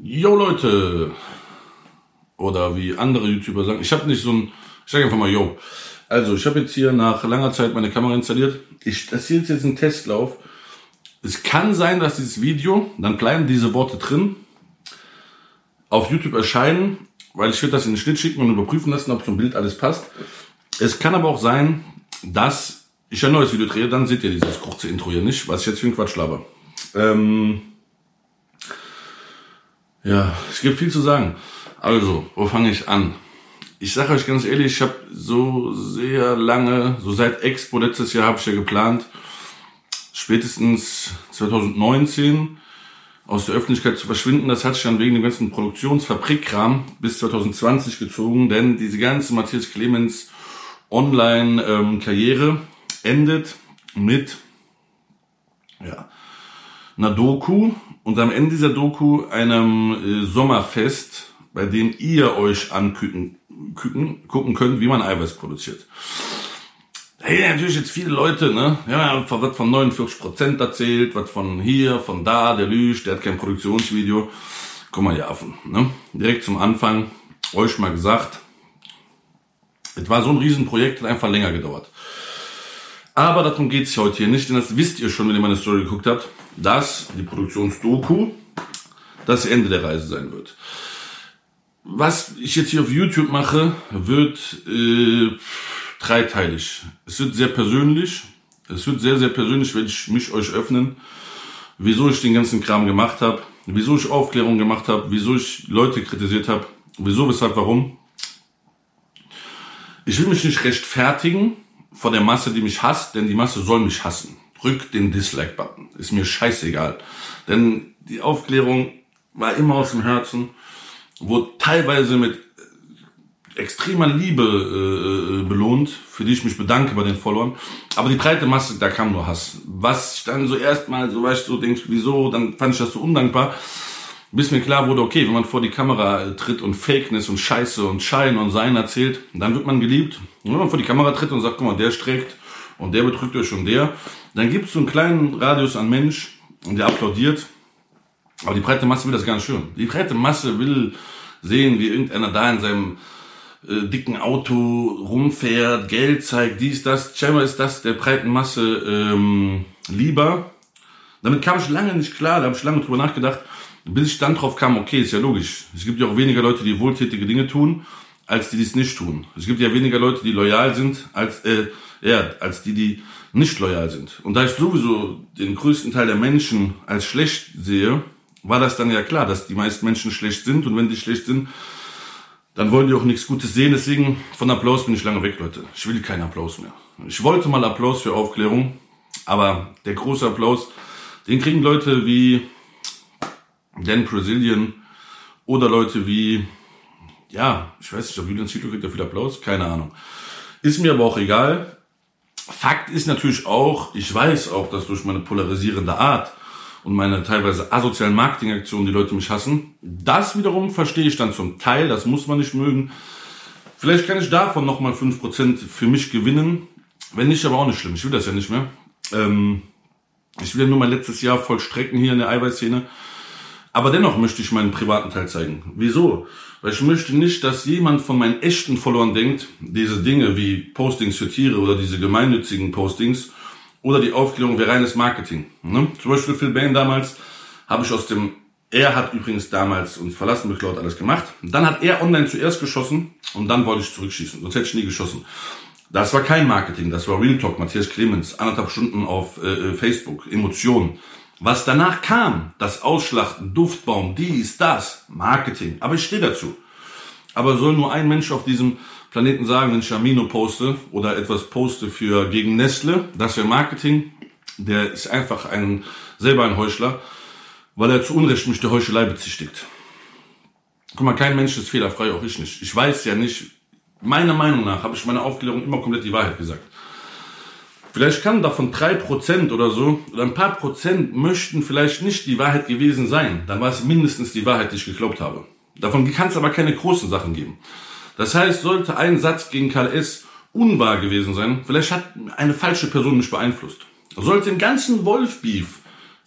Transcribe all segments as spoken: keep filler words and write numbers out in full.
Yo Leute, oder wie andere YouTuber sagen, ich habe nicht so ein, ich sage einfach mal yo. Also ich habe jetzt hier nach langer Zeit meine Kamera installiert. Ich, das hier ist jetzt ein Testlauf. Es kann sein, dass dieses Video, dann bleiben diese Worte drin, auf YouTube erscheinen, weil ich werde das in den Schnitt schicken und überprüfen lassen, ob zum Bild alles passt. Es kann aber auch sein, dass ich ein neues Video drehe, dann seht ihr dieses kurze Intro hier nicht, was ich jetzt für einen Quatsch laber. Ähm ja, es gibt viel zu sagen. Also, wo fange ich an? Ich sage euch ganz ehrlich, ich habe so sehr lange, so seit Expo letztes Jahr habe ich ja geplant, spätestens zwanzig neunzehn aus der Öffentlichkeit zu verschwinden. Das hat sich dann wegen dem ganzen Produktionsfabrikkram bis zwanzig zwanzig gezogen, denn diese ganze Matthias Clemens Online-Karriere ähm, endet mit ja, einer Doku und am Ende dieser Doku einem äh, Sommerfest, bei dem ihr euch angucken gucken könnt, wie man Eiweiß produziert. Hey, natürlich jetzt viele Leute, ne? Ja, was von neunundvierzig Prozent erzählt, was von hier, von da, der Lüsch, der hat kein Produktionsvideo. Guck mal, die Affen, ne? Direkt zum Anfang, euch mal gesagt, es war so ein Riesenprojekt, hat einfach länger gedauert. Aber darum geht's heute hier nicht, denn das wisst ihr schon, wenn ihr meine Story geguckt habt, dass die Produktionsdoku das Ende der Reise sein wird. Was ich jetzt hier auf YouTube mache, wird äh, dreiteilig. Es wird sehr persönlich. Es wird sehr, sehr persönlich, wenn ich mich euch öffnen, wieso ich den ganzen Kram gemacht habe, wieso ich Aufklärung gemacht habe, wieso ich Leute kritisiert habe, wieso, weshalb, warum. Ich will mich nicht rechtfertigen vor der Masse, die mich hasst, denn die Masse soll mich hassen. Drückt den Dislike-Button. Ist mir scheißegal. Denn die Aufklärung war immer aus dem Herzen, wurde teilweise mit extremer Liebe äh, belohnt, für die ich mich bedanke bei den Followern. Aber die breite Masse, da kam nur Hass. Was ich dann so erstmal, so weißt du, so denkst, wieso, dann fand ich das so undankbar, bis mir klar wurde, okay, wenn man vor die Kamera tritt und Fakeness und Scheiße und Schein und Sein erzählt, dann wird man geliebt. Und wenn man vor die Kamera tritt und sagt, guck mal, der streckt und der betrügt euch und der, dann gibt es so einen kleinen Radius an Mensch und der applaudiert. Aber die breite Masse will das gar nicht hören. Die breite Masse will sehen, wie irgendeiner da in seinem äh, dicken Auto rumfährt, Geld zeigt, dies, das. Scheinbar ist das der breiten Masse ähm, lieber. Damit kam ich lange nicht klar, da habe ich lange drüber nachgedacht, bis ich dann drauf kam, okay, ist ja logisch. Es gibt ja auch weniger Leute, die wohltätige Dinge tun, als die, die es nicht tun. Es gibt ja weniger Leute, die loyal sind, als äh, ja, als die, die nicht loyal sind. Und da ich sowieso den größten Teil der Menschen als schlecht sehe, war das dann ja klar, dass die meisten Menschen schlecht sind. Und wenn die schlecht sind, dann wollen die auch nichts Gutes sehen. Deswegen, von Applaus bin ich lange weg, Leute. Ich will keinen Applaus mehr. Ich wollte mal Applaus für Aufklärung, aber der große Applaus, den kriegen Leute wie Dan Brazilian oder Leute wie, ja, ich weiß nicht, ob Julian Zietlow kriegt ja viel Applaus, keine Ahnung. Ist mir aber auch egal. Fakt ist natürlich auch, ich weiß auch, dass durch meine polarisierende Art und meine teilweise asozialen Marketingaktionen die Leute mich hassen. Das wiederum verstehe ich dann zum Teil, das muss man nicht mögen. Vielleicht kann ich davon nochmal fünf Prozent für mich gewinnen. Wenn nicht, aber auch nicht schlimm. Ich will das ja nicht mehr. Ähm, ich will ja nur mein letztes Jahr vollstrecken hier in der Eiweißszene. Aber dennoch möchte ich meinen privaten Teil zeigen. Wieso? Weil ich möchte nicht, dass jemand von meinen echten Followern denkt, diese Dinge wie Postings für Tiere oder diese gemeinnützigen Postings oder die Aufklärung wäre reines Marketing. Ne? Zum Beispiel Phil Bain damals habe ich aus dem, er hat übrigens damals uns verlassen, beklaut, alles gemacht. Dann hat er online zuerst geschossen und dann wollte ich zurückschießen. Sonst hätte ich nie geschossen. Das war kein Marketing, das war Real Talk, Matthias Clemens, anderthalb Stunden auf äh, Facebook, Emotionen. Was danach kam, das Ausschlachten, Duftbaum, dies, das, Marketing. Aber ich stehe dazu. Aber soll nur ein Mensch auf diesem Planeten sagen, wenn ich Amino poste oder etwas poste für gegen Nestle, das wäre Marketing, der ist einfach ein, selber ein Heuchler, weil er zu Unrecht mich der Heuchelei bezichtigt. Guck mal, kein Mensch ist fehlerfrei, auch ich nicht. Ich weiß ja nicht, meiner Meinung nach habe ich meine Aufklärung immer komplett die Wahrheit gesagt. Vielleicht kann davon drei Prozent oder so, oder ein paar Prozent möchten vielleicht nicht die Wahrheit gewesen sein. Dann war es mindestens die Wahrheit, die ich geglaubt habe. Davon kann es aber keine großen Sachen geben. Das heißt, sollte ein Satz gegen Karl S. unwahr gewesen sein, vielleicht hat eine falsche Person mich beeinflusst. Sollte im ganzen Wolf-Beef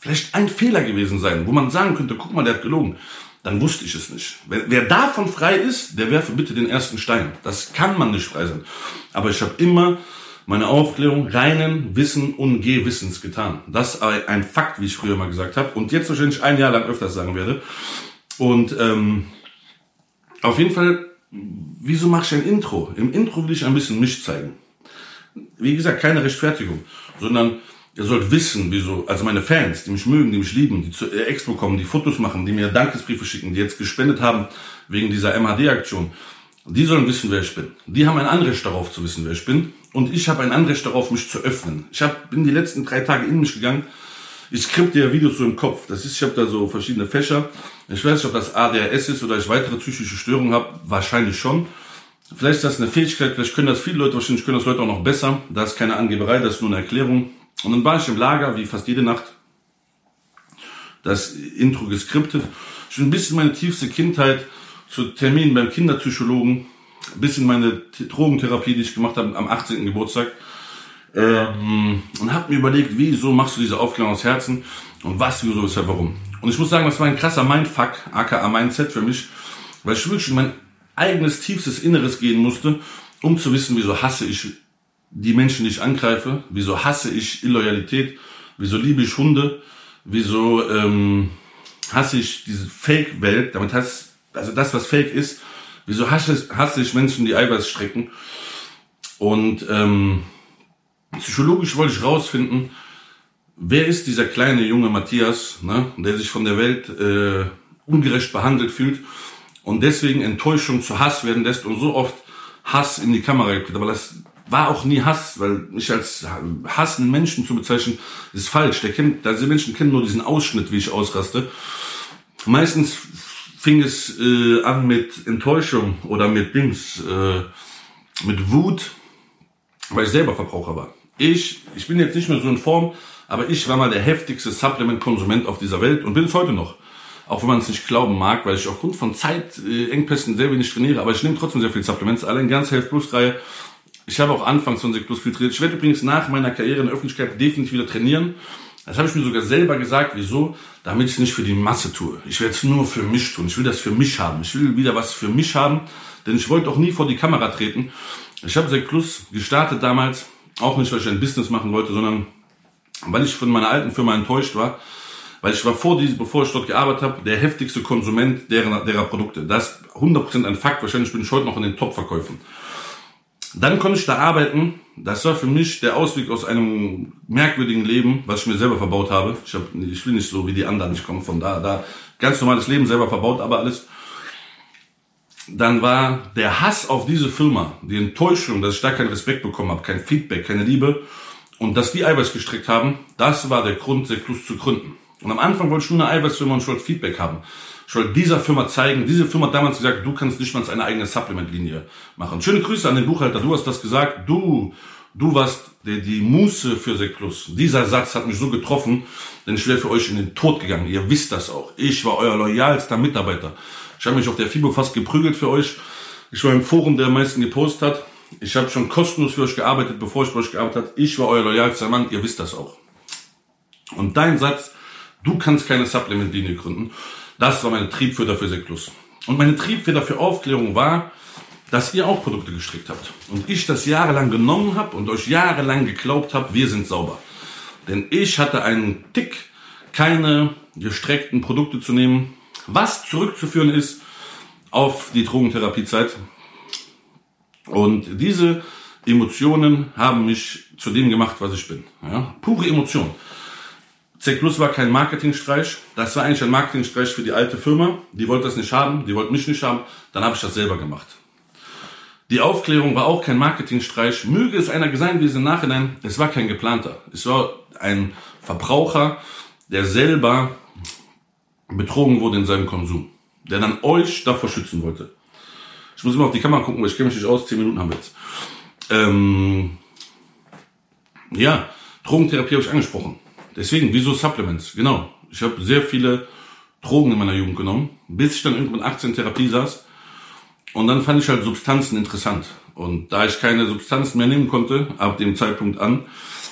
vielleicht ein Fehler gewesen sein, wo man sagen könnte, guck mal, der hat gelogen. Dann wusste ich es nicht. Wer, wer davon frei ist, der werfe bitte den ersten Stein. Das kann man nicht frei sein. Aber ich habe immer meine Aufklärung reinen Wissen und Gewissens getan. Das ist ein Fakt, wie ich früher mal gesagt habe. Und jetzt wahrscheinlich ein Jahr lang öfters sagen werde. Und ähm, auf jeden Fall, wieso mache ich ein Intro? Im Intro will ich ein bisschen mich zeigen. Wie gesagt, keine Rechtfertigung, sondern ihr sollt wissen, wieso, also meine Fans, die mich mögen, die mich lieben, die zur Expo kommen, die Fotos machen, die mir Dankesbriefe schicken, die jetzt gespendet haben wegen dieser M H D-Aktion, die sollen wissen, wer ich bin. Die haben ein Anrecht darauf zu wissen, wer ich bin. Und ich habe ein Anrecht darauf, mich zu öffnen. Ich hab, bin die letzten drei Tage in mich gegangen. Ich skripte ja Videos so im Kopf. Das ist, ich habe da so verschiedene Fächer. Ich weiß nicht, ob das A D H S ist oder ich weitere psychische Störungen habe. Wahrscheinlich schon. Vielleicht ist das eine Fähigkeit, vielleicht können das viele Leute, wahrscheinlich können das Leute auch noch besser. Das ist keine Angeberei, das ist nur eine Erklärung. Und dann war ich im Lager, wie fast jede Nacht, das Intro geskriptet. Schon ein bisschen meine tiefste Kindheit zu Terminen beim Kinderpsychologen, ein bisschen meine Drogentherapie, die ich gemacht habe am achtzehnten Geburtstag. Ähm, und habe mir überlegt, wieso machst du diese Aufklärung aus Herzen und was, wieso, weshalb, warum. Und ich muss sagen, das war ein krasser Mindfuck, aka Mindset für mich, weil ich wirklich in mein eigenes tiefstes Inneres gehen musste, um zu wissen, wieso hasse ich die Menschen, die ich angreife, wieso hasse ich Illoyalität, wieso liebe ich Hunde, wieso ähm, hasse ich diese Fake-Welt, damit heißt, also das, was Fake ist, wieso hasse, hasse ich Menschen, die Eiweiß strecken. Und ähm, psychologisch wollte ich rausfinden, wer ist dieser kleine junge Matthias, ne, der sich von der Welt äh, ungerecht behandelt fühlt und deswegen Enttäuschung zu Hass werden lässt und so oft Hass in die Kamera gibt. Aber das war auch nie Hass, weil mich als hassenden Menschen zu bezeichnen, ist falsch. Der kennt, diese Menschen kennen nur diesen Ausschnitt, wie ich ausraste. Meistens fing es äh, an mit Enttäuschung oder mit Dings, äh, mit Wut, weil ich selber Verbraucher war. Ich, ich bin jetzt nicht mehr so in Form, aber ich war mal der heftigste Supplement-Konsument auf dieser Welt und bin es heute noch. Auch wenn man es nicht glauben mag, weil ich aufgrund von Zeitengpässen äh, sehr wenig trainiere, aber ich nehme trotzdem sehr viel Supplements, allein ganz Health Plus Reihe. Ich habe auch anfangs von Sek Plus viel trainiert. Ich werde übrigens nach meiner Karriere in der Öffentlichkeit definitiv wieder trainieren. Das habe ich mir sogar selber gesagt. Wieso? Damit ich es nicht für die Masse tue. Ich werde es nur für mich tun. Ich will das für mich haben. Ich will wieder was für mich haben, denn ich wollte auch nie vor die Kamera treten. Ich habe Sek Plus gestartet damals, auch nicht, weil ich ein Business machen wollte, sondern weil ich von meiner alten Firma enttäuscht war. Weil ich war vor diesem, bevor ich dort gearbeitet habe, der heftigste Konsument derer, derer Produkte. Das ist hundert Prozent ein Fakt. Wahrscheinlich bin ich heute noch in den Top-Verkäufen. Dann konnte ich da arbeiten. Das war für mich der Ausweg aus einem merkwürdigen Leben, was ich mir selber verbaut habe. Ich, hab, ich will nicht so wie die anderen. Ich komme von da, da. Ganz normales Leben selber verbaut, aber alles. Dann war der Hass auf diese Firma, die Enttäuschung, dass ich da keinen Respekt bekommen habe, kein Feedback, keine Liebe. Und dass die Eiweiß gestreckt haben, das war der Grund, Sek Plus zu gründen. Und am Anfang wollte ich nur eine Eiweißfirma und ich wollte Feedback haben. Ich wollte dieser Firma zeigen, diese Firma hat damals gesagt, du kannst nicht mal eine eigene Supplement-Linie machen. Schöne Grüße an den Buchhalter, du hast das gesagt, du, du warst der, die Muße für Sek Plus. Dieser Satz hat mich so getroffen, denn ich wäre für euch in den Tod gegangen. Ihr wisst das auch. Ich war euer loyalster Mitarbeiter. Ich habe mich auf der FIBO fast geprügelt für euch. Ich war im Forum, der am meisten gepostet hat. Ich habe schon kostenlos für euch gearbeitet, bevor ich für euch gearbeitet habe. Ich war euer loyalster Mann, ihr wisst das auch. Und dein Satz, du kannst keine Supplement-Linie gründen, das war meine Triebfeder für Sek Plus. Und meine Triebfeder für Aufklärung war, dass ihr auch Produkte gestrickt habt. Und ich das jahrelang genommen habe und euch jahrelang geglaubt habe, wir sind sauber. Denn ich hatte einen Tick, keine gestreckten Produkte zu nehmen, was zurückzuführen ist auf die Drogentherapiezeit. Und diese Emotionen haben mich zu dem gemacht, was ich bin. Ja? Pure Emotion. Sek Plus war kein Marketingstreich. Das war eigentlich ein Marketingstreich für die alte Firma. Die wollte das nicht haben, die wollte mich nicht haben. Dann habe ich das selber gemacht. Die Aufklärung war auch kein Marketingstreich. Möge es einer sein gewesen im Nachhinein, es war kein geplanter. Es war ein Verbraucher, der selber betrogen wurde in seinem Konsum. Der dann euch davor schützen wollte. Ich muss immer auf die Kamera gucken, weil ich kenne mich nicht aus. Zehn Minuten haben wir jetzt. Ähm, ja, Drogentherapie habe ich angesprochen. Deswegen, wieso Supplements? Genau. Ich habe sehr viele Drogen in meiner Jugend genommen, bis ich dann irgendwann achtzehn in Therapie saß. Und dann fand ich halt Substanzen interessant. Und da ich keine Substanzen mehr nehmen konnte, ab dem Zeitpunkt an,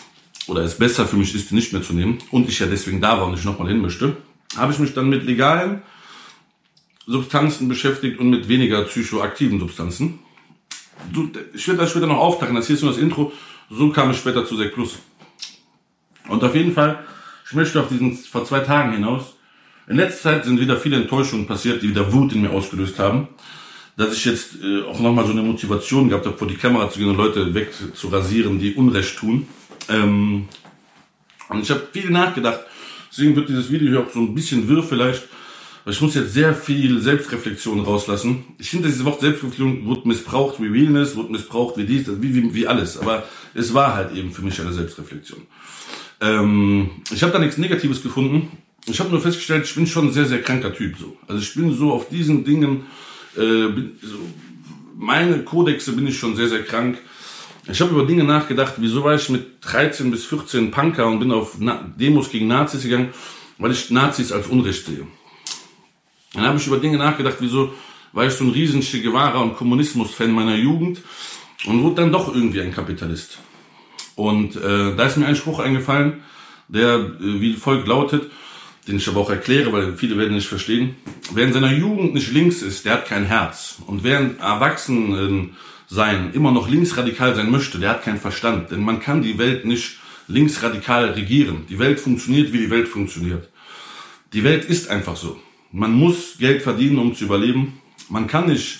oder es besser für mich ist, die nicht mehr zu nehmen, und ich ja deswegen da war und ich nochmal hin möchte, habe ich mich dann mit legalen Substanzen beschäftigt und mit weniger psychoaktiven Substanzen. Ich werde das später noch auftauchen, das hier ist nur das Intro, so kam ich später zu Sekt Plus. Und auf jeden Fall, ich möchte auf diesen vor zwei Tagen hinaus. In letzter Zeit sind wieder viele Enttäuschungen passiert, die wieder Wut in mir ausgelöst haben, dass ich jetzt äh, auch nochmal so eine Motivation gehabt habe, vor die Kamera zu gehen und Leute wegzurasieren, die Unrecht tun. Ähm, und ich habe viel nachgedacht, deswegen wird dieses Video hier auch so ein bisschen wirr vielleicht, weil ich muss jetzt sehr viel Selbstreflexion rauslassen. Ich finde, diese Wort Selbstreflexion wurde missbraucht wie Realness, wurde missbraucht wie dies, wie, wie, wie alles, aber es war halt eben für mich eine Selbstreflexion. Ähm, ich habe da nichts Negatives gefunden. Ich habe nur festgestellt, ich bin schon ein sehr, sehr kranker Typ. So. Also ich bin so auf diesen Dingen, äh, bin, so, meine Kodexe bin ich schon sehr, sehr krank. Ich habe über Dinge nachgedacht, wieso war ich mit dreizehn bis vierzehn Punker und bin auf Na- Demos gegen Nazis gegangen, weil ich Nazis als Unrecht sehe. Dann habe ich über Dinge nachgedacht, wieso war ich so ein riesen Che Guevara und Kommunismus-Fan meiner Jugend und wurde dann doch irgendwie ein Kapitalist. Und äh, da ist mir ein Spruch eingefallen, der äh, wie folgt lautet, den ich aber auch erkläre, weil viele werden nicht verstehen. Wer in seiner Jugend nicht links ist, der hat kein Herz. Und wer in Erwachsenensein immer noch linksradikal sein möchte, der hat keinen Verstand. Denn man kann die Welt nicht linksradikal regieren. Die Welt funktioniert, wie die Welt funktioniert. Die Welt ist einfach so. Man muss Geld verdienen, um zu überleben. Man kann nicht.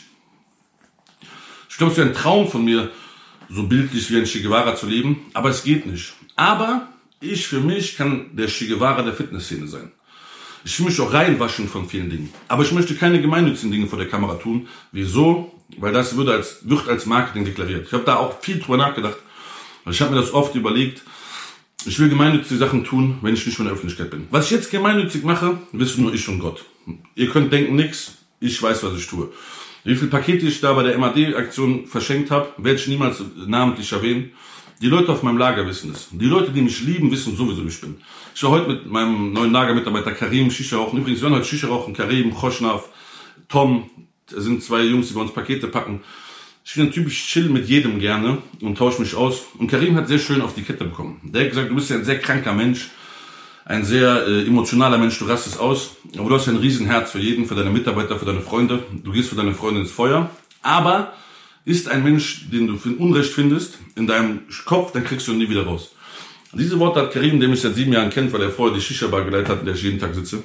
Ich glaube, es wäre ein Traum von mir, so bildlich wie ein Che Guevara zu leben, aber es geht nicht. Aber ich für mich kann der Che Guevara der Fitnessszene sein. Ich will mich auch reinwaschen von vielen Dingen. Aber ich möchte keine gemeinnützigen Dinge vor der Kamera tun. Wieso? Weil das wird als, wird als Marketing deklariert. Ich habe da auch viel drüber nachgedacht. Ich habe mir das oft überlegt. Ich will gemeinnützige Sachen tun, wenn ich nicht mehr in der Öffentlichkeit bin. Was ich jetzt gemeinnützig mache, wissen nur ich und Gott. Ihr könnt denken, nix. Ich weiß, was ich tue. Wie viele Pakete ich da bei der M A D-Aktion verschenkt habe, werde ich niemals namentlich erwähnen. Die Leute auf meinem Lager wissen es. Die Leute, die mich lieben, wissen sowieso, wie ich bin. Ich war heute mit meinem neuen Lagermitarbeiter Karim Shisha rauchen. Übrigens, wir waren heute Shisha rauchen. Karim, Khoshnav, Tom, das sind zwei Jungs, die bei uns Pakete packen. Ich bin ein typisch chill mit jedem gerne und tausche mich aus. Und Karim hat sehr schön auf die Kette bekommen. Der hat gesagt, du bist ja ein sehr kranker Mensch, ein sehr äh, emotionaler Mensch, du rastest aus. Aber du hast ja ein Riesenherz für jeden, für deine Mitarbeiter, für deine Freunde. Du gehst für deine Freunde ins Feuer. Aber ist ein Mensch, den du für ein Unrecht findest, in deinem Kopf, dann kriegst du ihn nie wieder raus. Und diese Worte hat Karim, der mich seit sieben Jahren kennt, weil er vorher die Shisha-Bar geleitet hat, in der ich jeden Tag sitze.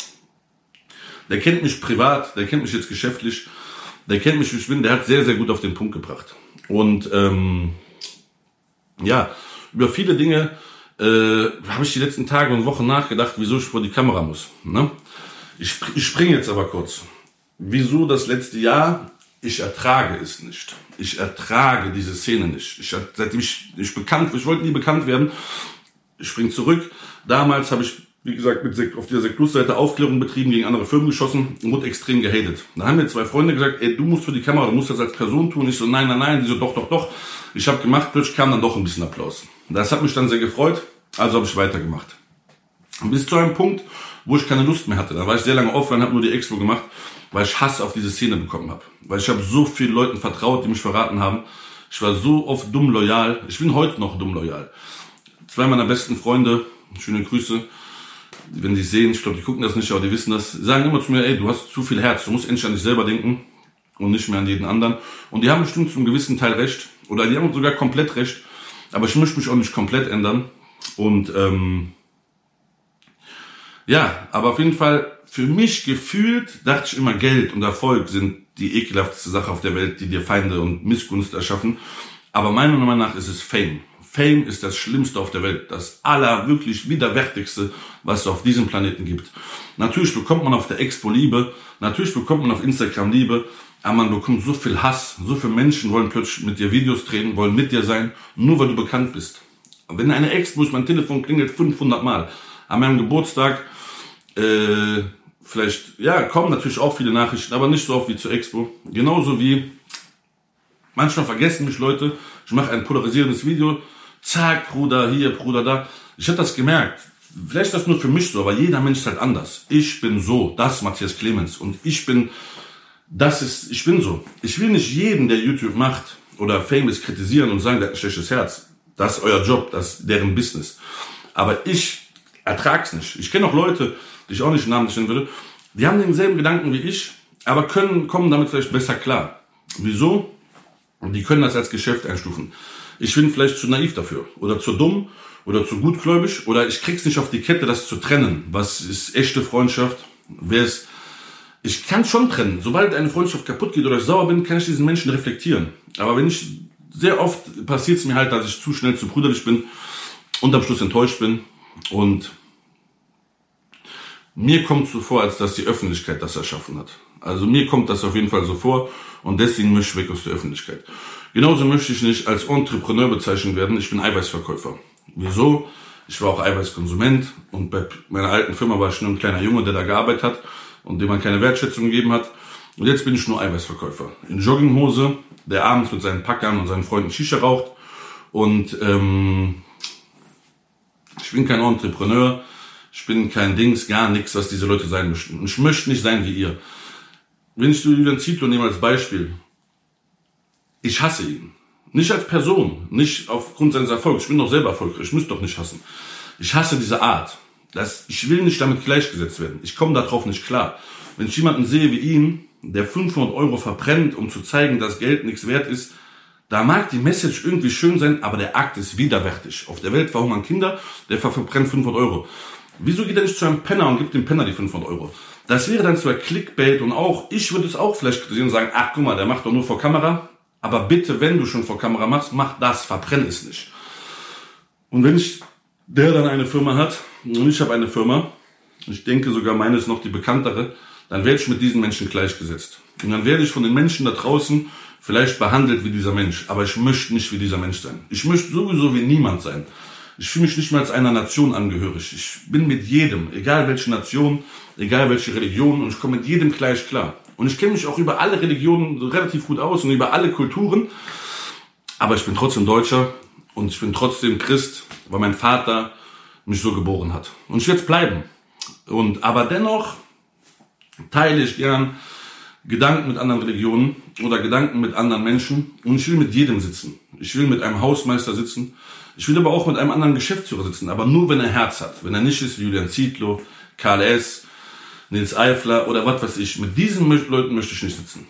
Der kennt mich privat, der kennt mich jetzt geschäftlich, der kennt mich, wie ich bin, der hat sehr, sehr gut auf den Punkt gebracht. Und ähm, ja, über viele Dinge äh, habe ich die letzten Tage und Wochen nachgedacht, wieso ich vor die Kamera muss. Ne? Ich, ich springe jetzt aber kurz. Wieso das letzte Jahr? Ich ertrage es nicht. Ich ertrage diese Szene nicht. Ich, seitdem ich, ich bekannt, ich wollte nie bekannt werden. Ich springe zurück. Damals habe ich, wie gesagt, mit auf dieser Sekt Plus Seite Aufklärung betrieben, gegen andere Firmen geschossen und wurde extrem gehatet. Da haben mir zwei Freunde gesagt, ey, du musst für die Kamera, du musst das als Person tun. Ich so, nein, nein, nein. Die so, doch, doch, doch. Ich habe gemacht, plötzlich kam dann doch ein bisschen Applaus. Das hat mich dann sehr gefreut, also habe ich weitergemacht. Bis zu einem Punkt, wo ich keine Lust mehr hatte. Da war ich sehr lange offline, habe nur die Expo gemacht, weil ich Hass auf diese Szene bekommen habe. Weil ich habe so vielen Leuten vertraut, die mich verraten haben. Ich war so oft dumm loyal. Ich bin heute noch dumm loyal. Zwei meiner besten Freunde, schöne Grüße, wenn die sehen, ich glaube, die gucken das nicht, aber die wissen das, sagen immer zu mir, ey, du hast zu viel Herz, du musst endlich an dich selber denken und nicht mehr an jeden anderen. Und die haben bestimmt zum gewissen Teil recht. Oder die haben sogar komplett recht. Aber ich möchte mich auch nicht komplett ändern. Und ähm, ja, aber auf jeden Fall, für mich gefühlt, dachte ich immer, Geld und Erfolg sind die ekelhafteste Sache auf der Welt, die dir Feinde und Missgunst erschaffen. Aber meiner Meinung nach ist es Fame. Fame ist das Schlimmste auf der Welt. Das aller, wirklich widerwärtigste, was es auf diesem Planeten gibt. Natürlich bekommt man auf der Expo Liebe, natürlich bekommt man auf Instagram Liebe, aber man bekommt so viel Hass. So viele Menschen wollen plötzlich mit dir Videos drehen, wollen mit dir sein, nur weil du bekannt bist. Wenn eine Expo ist, mein Telefon klingelt fünfhundert Mal. An meinem Geburtstag, äh, vielleicht, ja, kommen natürlich auch viele Nachrichten, aber nicht so oft wie zur Expo. Genauso wie, manchmal vergessen mich Leute, ich mache ein polarisierendes Video, zack, Bruder, hier, Bruder, da. Ich habe das gemerkt. Vielleicht ist das nur für mich so, aber jeder Mensch ist halt anders. Ich bin so, das ist Matthias Clemens. Und ich bin, das ist, ich bin so. Ich will nicht jeden, der YouTube macht oder Famous kritisieren und sagen, der hat ein schlechtes Herz. Das ist euer Job, das ist deren Business. Aber ich ertrag's nicht. Ich kenne auch Leute, die ich auch nicht namentlich nennen würde, die haben denselben Gedanken wie ich, aber können, kommen damit vielleicht besser klar. Wieso? Die können das als Geschäft einstufen. Ich bin vielleicht zu naiv dafür oder zu dumm oder zu gutgläubig oder ich krieg's nicht auf die Kette, das zu trennen. Was ist echte Freundschaft? Wer ist... Ich kann schon trennen. Sobald eine Freundschaft kaputt geht oder ich sauer bin, kann ich diesen Menschen reflektieren. Aber wenn ich... Sehr oft passiert es mir halt, dass ich zu schnell zu brüderlich bin und am Schluss enttäuscht bin. Und mir kommt es so vor, als dass die Öffentlichkeit das erschaffen hat. Also mir kommt das auf jeden Fall so vor und deswegen möchte ich weg aus der Öffentlichkeit. Genauso möchte ich nicht als Entrepreneur bezeichnet werden. Ich bin Eiweißverkäufer. Wieso? Ich war auch Eiweißkonsument und bei meiner alten Firma war ich nur ein kleiner Junge, der da gearbeitet hat und dem man keine Wertschätzung gegeben hat. Und jetzt bin ich nur Eiweißverkäufer. In Jogginghose, der abends mit seinen Packern und seinen Freunden Shisha raucht. Und ähm, ich bin kein Entrepreneur, ich bin kein Dings, gar nichts, was diese Leute sein möchten. Und ich möchte nicht sein wie ihr. Wenn ich Julian Zietlow nehme als Beispiel, ich hasse ihn. Nicht als Person, nicht aufgrund seines Erfolgs. Ich bin doch selber erfolgreich, ich müsste doch nicht hassen. Ich hasse diese Art. Das, ich will nicht damit gleichgesetzt werden. Ich komme darauf nicht klar. Wenn ich jemanden sehe wie ihn, der fünfhundert Euro verbrennt, um zu zeigen, dass Geld nichts wert ist, da mag die Message irgendwie schön sein, aber der Akt ist widerwärtig. Auf der Welt verhungern Kinder, der verbrennt fünfhundert Euro. Wieso geht er nicht zu einem Penner und gibt dem Penner die fünfhundert Euro? Das wäre dann zwar Clickbait und auch, ich würde es auch vielleicht sehen und sagen, ach guck mal, der macht doch nur vor Kamera, aber bitte, wenn du schon vor Kamera machst, mach das, verbrenn es nicht. Und wenn ich, der dann eine Firma hat und ich habe eine Firma, ich denke sogar meine ist noch die bekanntere, dann werde ich mit diesen Menschen gleichgesetzt. Und dann werde ich von den Menschen da draußen vielleicht behandelt wie dieser Mensch. Aber ich möchte nicht wie dieser Mensch sein. Ich möchte sowieso wie niemand sein. Ich fühle mich nicht mehr als einer Nation angehörig. Ich bin mit jedem, egal welche Nation, egal welche Religion, und ich komme mit jedem gleich klar. Und ich kenne mich auch über alle Religionen relativ gut aus und über alle Kulturen. Aber ich bin trotzdem Deutscher und ich bin trotzdem Christ, weil mein Vater mich so geboren hat. Und ich werde es bleiben. Und, aber dennoch teile ich gern Gedanken mit anderen Religionen oder Gedanken mit anderen Menschen und ich will mit jedem sitzen. Ich will mit einem Hausmeister sitzen, ich will aber auch mit einem anderen Geschäftsführer sitzen, aber nur wenn er Herz hat. Wenn er nicht ist wie Julian Zietlow, Karl S., Nils Eifler oder was weiß ich. Mit diesen Leuten möchte ich nicht sitzen.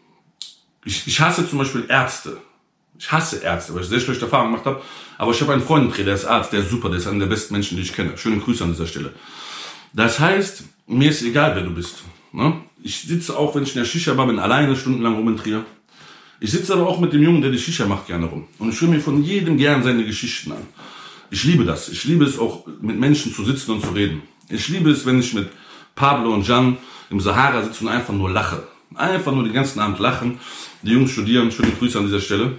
Ich, ich hasse zum Beispiel Ärzte. Ich hasse Ärzte, weil ich sehr schlechte Erfahrungen gemacht habe. Aber ich habe einen Freund, der ist Arzt, der ist super, der ist einer der besten Menschen, die ich kenne. Schöne Grüße an dieser Stelle. Das heißt, mir ist egal, wer du bist. Ne? Ich sitze auch, wenn ich in der Shisha-Bar bin, alleine stundenlang rum in Trier. Ich sitze aber auch mit dem Jungen, der die Shisha macht, gerne rum. Und ich höre mir von jedem gern seine Geschichten an. Ich liebe das. Ich liebe es auch, mit Menschen zu sitzen und zu reden. Ich liebe es, wenn ich mit Pablo und Jan im Sahara sitze und einfach nur lache. Einfach nur den ganzen Abend lachen. Die Jungs studieren. Schöne Grüße an dieser Stelle.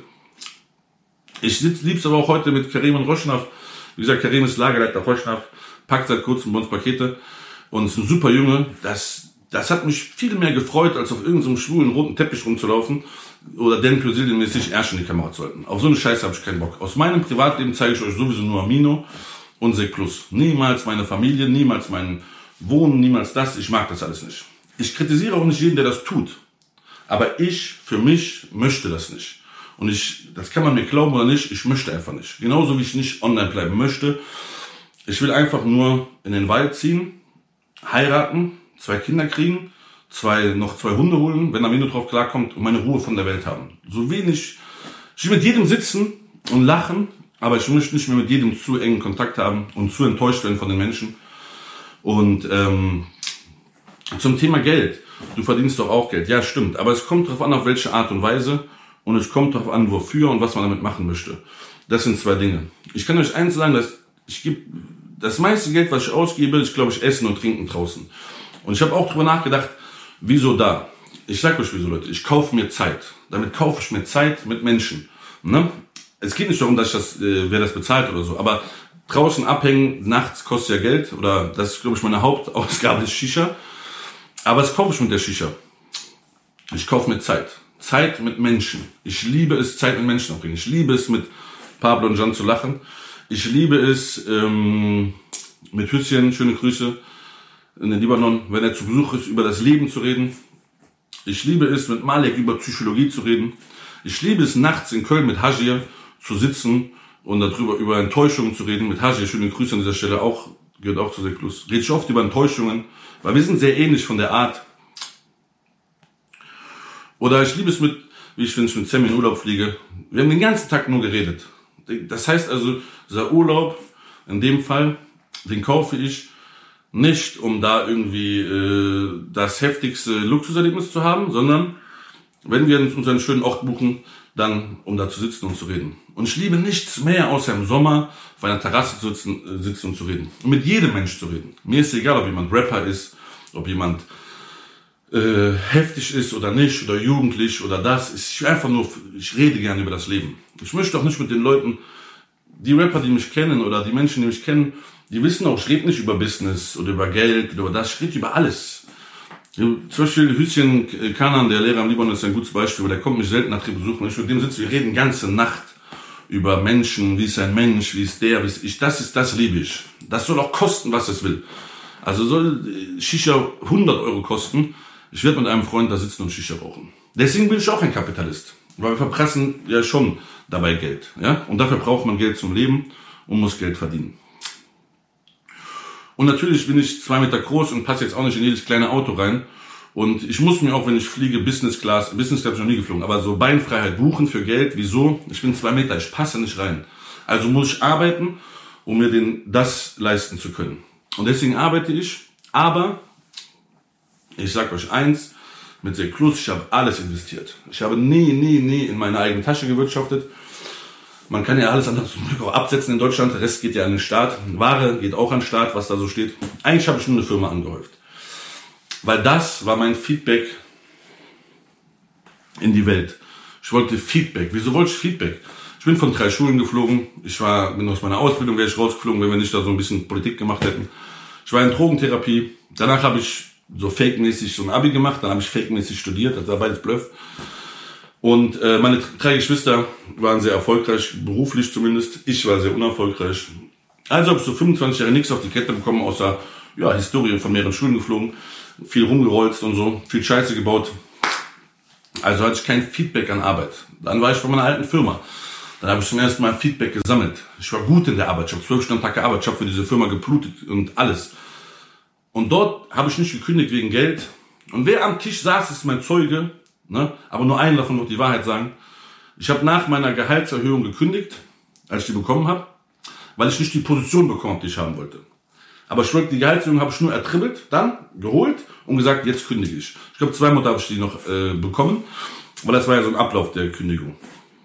Ich liebe es aber auch heute mit Karim und Roshnaf. Wie gesagt, Karim ist Lagerleiter Roshnaf. Packt seit kurzem bei uns Pakete. Und ist ein super Junge. Das, das hat mich viel mehr gefreut, als auf irgendeinem schwulen roten Teppich rumzulaufen. Oder Dan Plösilien-mäßig Ärsch in die Kamera zu halten. Auf so eine Scheiße habe ich keinen Bock. Aus meinem Privatleben zeige ich euch sowieso nur Amino und Sek Plus. Niemals meine Familie, niemals mein Wohnen, niemals das. Ich mag das alles nicht. Ich kritisiere auch nicht jeden, der das tut. Aber ich, für mich, möchte das nicht. Und ich, das kann man mir glauben oder nicht, ich möchte einfach nicht. Genauso wie ich nicht online bleiben möchte. Ich will einfach nur in den Wald ziehen, heiraten, zwei Kinder kriegen, zwei, noch zwei Hunde holen, wenn Amino drauf klarkommt und meine Ruhe von der Welt haben. So wenig, ich will mit jedem sitzen und lachen, aber ich möchte nicht mehr mit jedem zu engen Kontakt haben und zu enttäuscht werden von den Menschen. Und ähm, zum Thema Geld. Du verdienst doch auch Geld. Ja, stimmt. Aber es kommt darauf an, auf welche Art und Weise. Und es kommt darauf an, wofür und was man damit machen möchte. Das sind zwei Dinge. Ich kann euch eins sagen, dass ich gebe das meiste Geld, was ich ausgebe, ist, glaube ich, Essen und Trinken draußen. Und ich habe auch drüber nachgedacht, wieso da? Ich sag euch wieso, Leute. Ich kaufe mir Zeit. Damit kaufe ich mir Zeit mit Menschen. Ne? Es geht nicht darum, dass ich das, äh, wer das bezahlt oder so. Aber draußen abhängen, nachts kostet ja Geld. Oder das ist, glaube ich, meine Hauptausgabe ist Shisha. Aber was kaufe ich mit der Shisha? Ich kaufe mir Zeit. Zeit mit Menschen. Ich liebe es, Zeit mit Menschen aufbringen. Ich liebe es, mit Pablo und Jan zu lachen. Ich liebe es, ähm, mit Hüsschen, schöne Grüße, in den Libanon, wenn er zu Besuch ist, über das Leben zu reden. Ich liebe es, mit Malek über Psychologie zu reden. Ich liebe es, nachts in Köln mit Hajir zu sitzen und darüber über Enttäuschungen zu reden. Mit Haji, schöne Grüße an dieser Stelle, auch gehört auch zu Sek Plus. Rede ich oft über Enttäuschungen, weil wir sind sehr ähnlich von der Art. Oder ich liebe es mit, wie ich, wenn ich mit Sammy in Urlaub fliege, wir haben den ganzen Tag nur geredet. Das heißt also, dieser Urlaub, in dem Fall, den kaufe ich nicht, um da irgendwie äh, das heftigste Luxuserlebnis zu haben, sondern wenn wir uns einen schönen Ort buchen, dann um da zu sitzen und zu reden. Und ich liebe nichts mehr, außer im Sommer auf einer Terrasse zu sitzen, äh, sitzen und zu reden. Und mit jedem Mensch zu reden. Mir ist egal, ob jemand Rapper ist, ob jemand äh, heftig ist oder nicht, oder jugendlich oder das. Ich einfach nur, ich rede gerne über das Leben. Ich möchte auch nicht mit den Leuten, die Rapper, die mich kennen oder die Menschen, die mich kennen, die wissen auch, ich rede nicht über Business oder über Geld oder über das, ich rede über alles. Zum Beispiel Hüschen Kanan, der Lehrer am Libanon, ist ein gutes Beispiel, weil der kommt mich selten nach dem besuchen. Ich mit dem sitze, wir reden die ganze Nacht über Menschen, wie ist ein Mensch, wie ist der, wie ist ich. Das ist, das liebe ich. Das soll auch kosten, was es will. Also soll Shisha hundert Euro kosten. Ich werde mit einem Freund da sitzen und Shisha rauchen. Deswegen bin ich auch ein Kapitalist. Weil wir verpressen ja schon dabei Geld. Ja? Und dafür braucht man Geld zum Leben und muss Geld verdienen. Und natürlich bin ich zwei Meter groß und passe jetzt auch nicht in jedes kleine Auto rein. Und ich muss mir auch, wenn ich fliege, Business Class, Business Class habe ich noch nie geflogen, aber so Beinfreiheit buchen für Geld. Wieso? Ich bin zwei Meter, ich passe nicht rein. Also muss ich arbeiten, um mir den, das leisten zu können. Und deswegen arbeite ich. Aber ich sage euch eins, mit Sek Plus, ich habe alles investiert. Ich habe nie, nie, nie in meine eigene Tasche gewirtschaftet. Man kann ja alles andere zum Glück auch absetzen in Deutschland. Der Rest geht ja an den Staat. Ware geht auch an den Staat, was da so steht. Eigentlich habe ich nur eine Firma angehäuft. Weil das war mein Feedback in die Welt. Ich wollte Feedback. Wieso wollte ich Feedback? Ich bin von drei Schulen geflogen. Ich war, bin aus meiner Ausbildung wäre ich rausgeflogen, wenn wir nicht da so ein bisschen Politik gemacht hätten. Ich war in Drogentherapie. Danach habe ich so fake-mäßig so ein Abi gemacht. Dann habe ich fake-mäßig studiert. Das war beides Bluff. Und äh, meine drei Geschwister waren sehr erfolgreich, beruflich zumindest. Ich war sehr unerfolgreich. Also habe ich so fünfundzwanzig Jahre nichts auf die Kette bekommen, außer ja, Historie von mehreren Schulen geflogen, viel rumgerollt und so, viel Scheiße gebaut. Also hatte ich kein Feedback an Arbeit. Dann war ich bei meiner alten Firma. Dann habe ich zum ersten Mal Feedback gesammelt. Ich war gut in der Arbeit. Ich habe zwölf Stunden Tag gearbeitet. Ich habe für diese Firma geblutet und alles. Und dort habe ich nicht gekündigt wegen Geld. Und wer am Tisch saß, ist mein Zeuge. Ne? Aber nur einer davon wird die Wahrheit sagen. Ich habe nach meiner Gehaltserhöhung gekündigt, als ich die bekommen habe, weil ich nicht die Position bekommen, die ich haben wollte. Aber ich wollte die Gehaltserhöhung habe ich nur ertribbelt, dann geholt und gesagt, jetzt kündige ich. Ich glaube, zwei Monate habe ich die noch äh, bekommen, weil das war ja so ein Ablauf der Kündigung.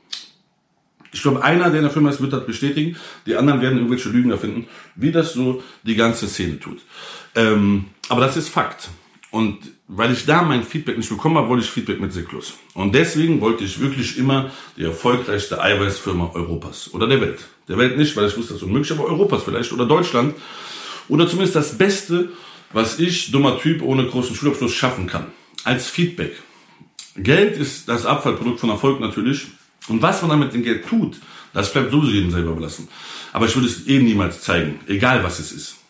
Ich glaube, einer, der in der Firma ist, wird das bestätigen. Die anderen werden irgendwelche Lügen erfinden, wie das so die ganze Szene tut. Ähm, aber das ist Fakt. Und weil ich da mein Feedback nicht bekommen habe, wollte ich Feedback mit Sek Plus. Und deswegen wollte ich wirklich immer die erfolgreichste Eiweißfirma Europas oder der Welt. Der Welt nicht, weil ich wusste, das ist unmöglich, aber Europas vielleicht oder Deutschland. Oder zumindest das Beste, was ich, dummer Typ, ohne großen Schulabschluss schaffen kann. Als Feedback. Geld ist das Abfallprodukt von Erfolg natürlich. Und was man damit mit dem Geld tut, das bleibt sowieso jedem selber überlassen. Aber ich würde es eh niemals zeigen, egal was es ist.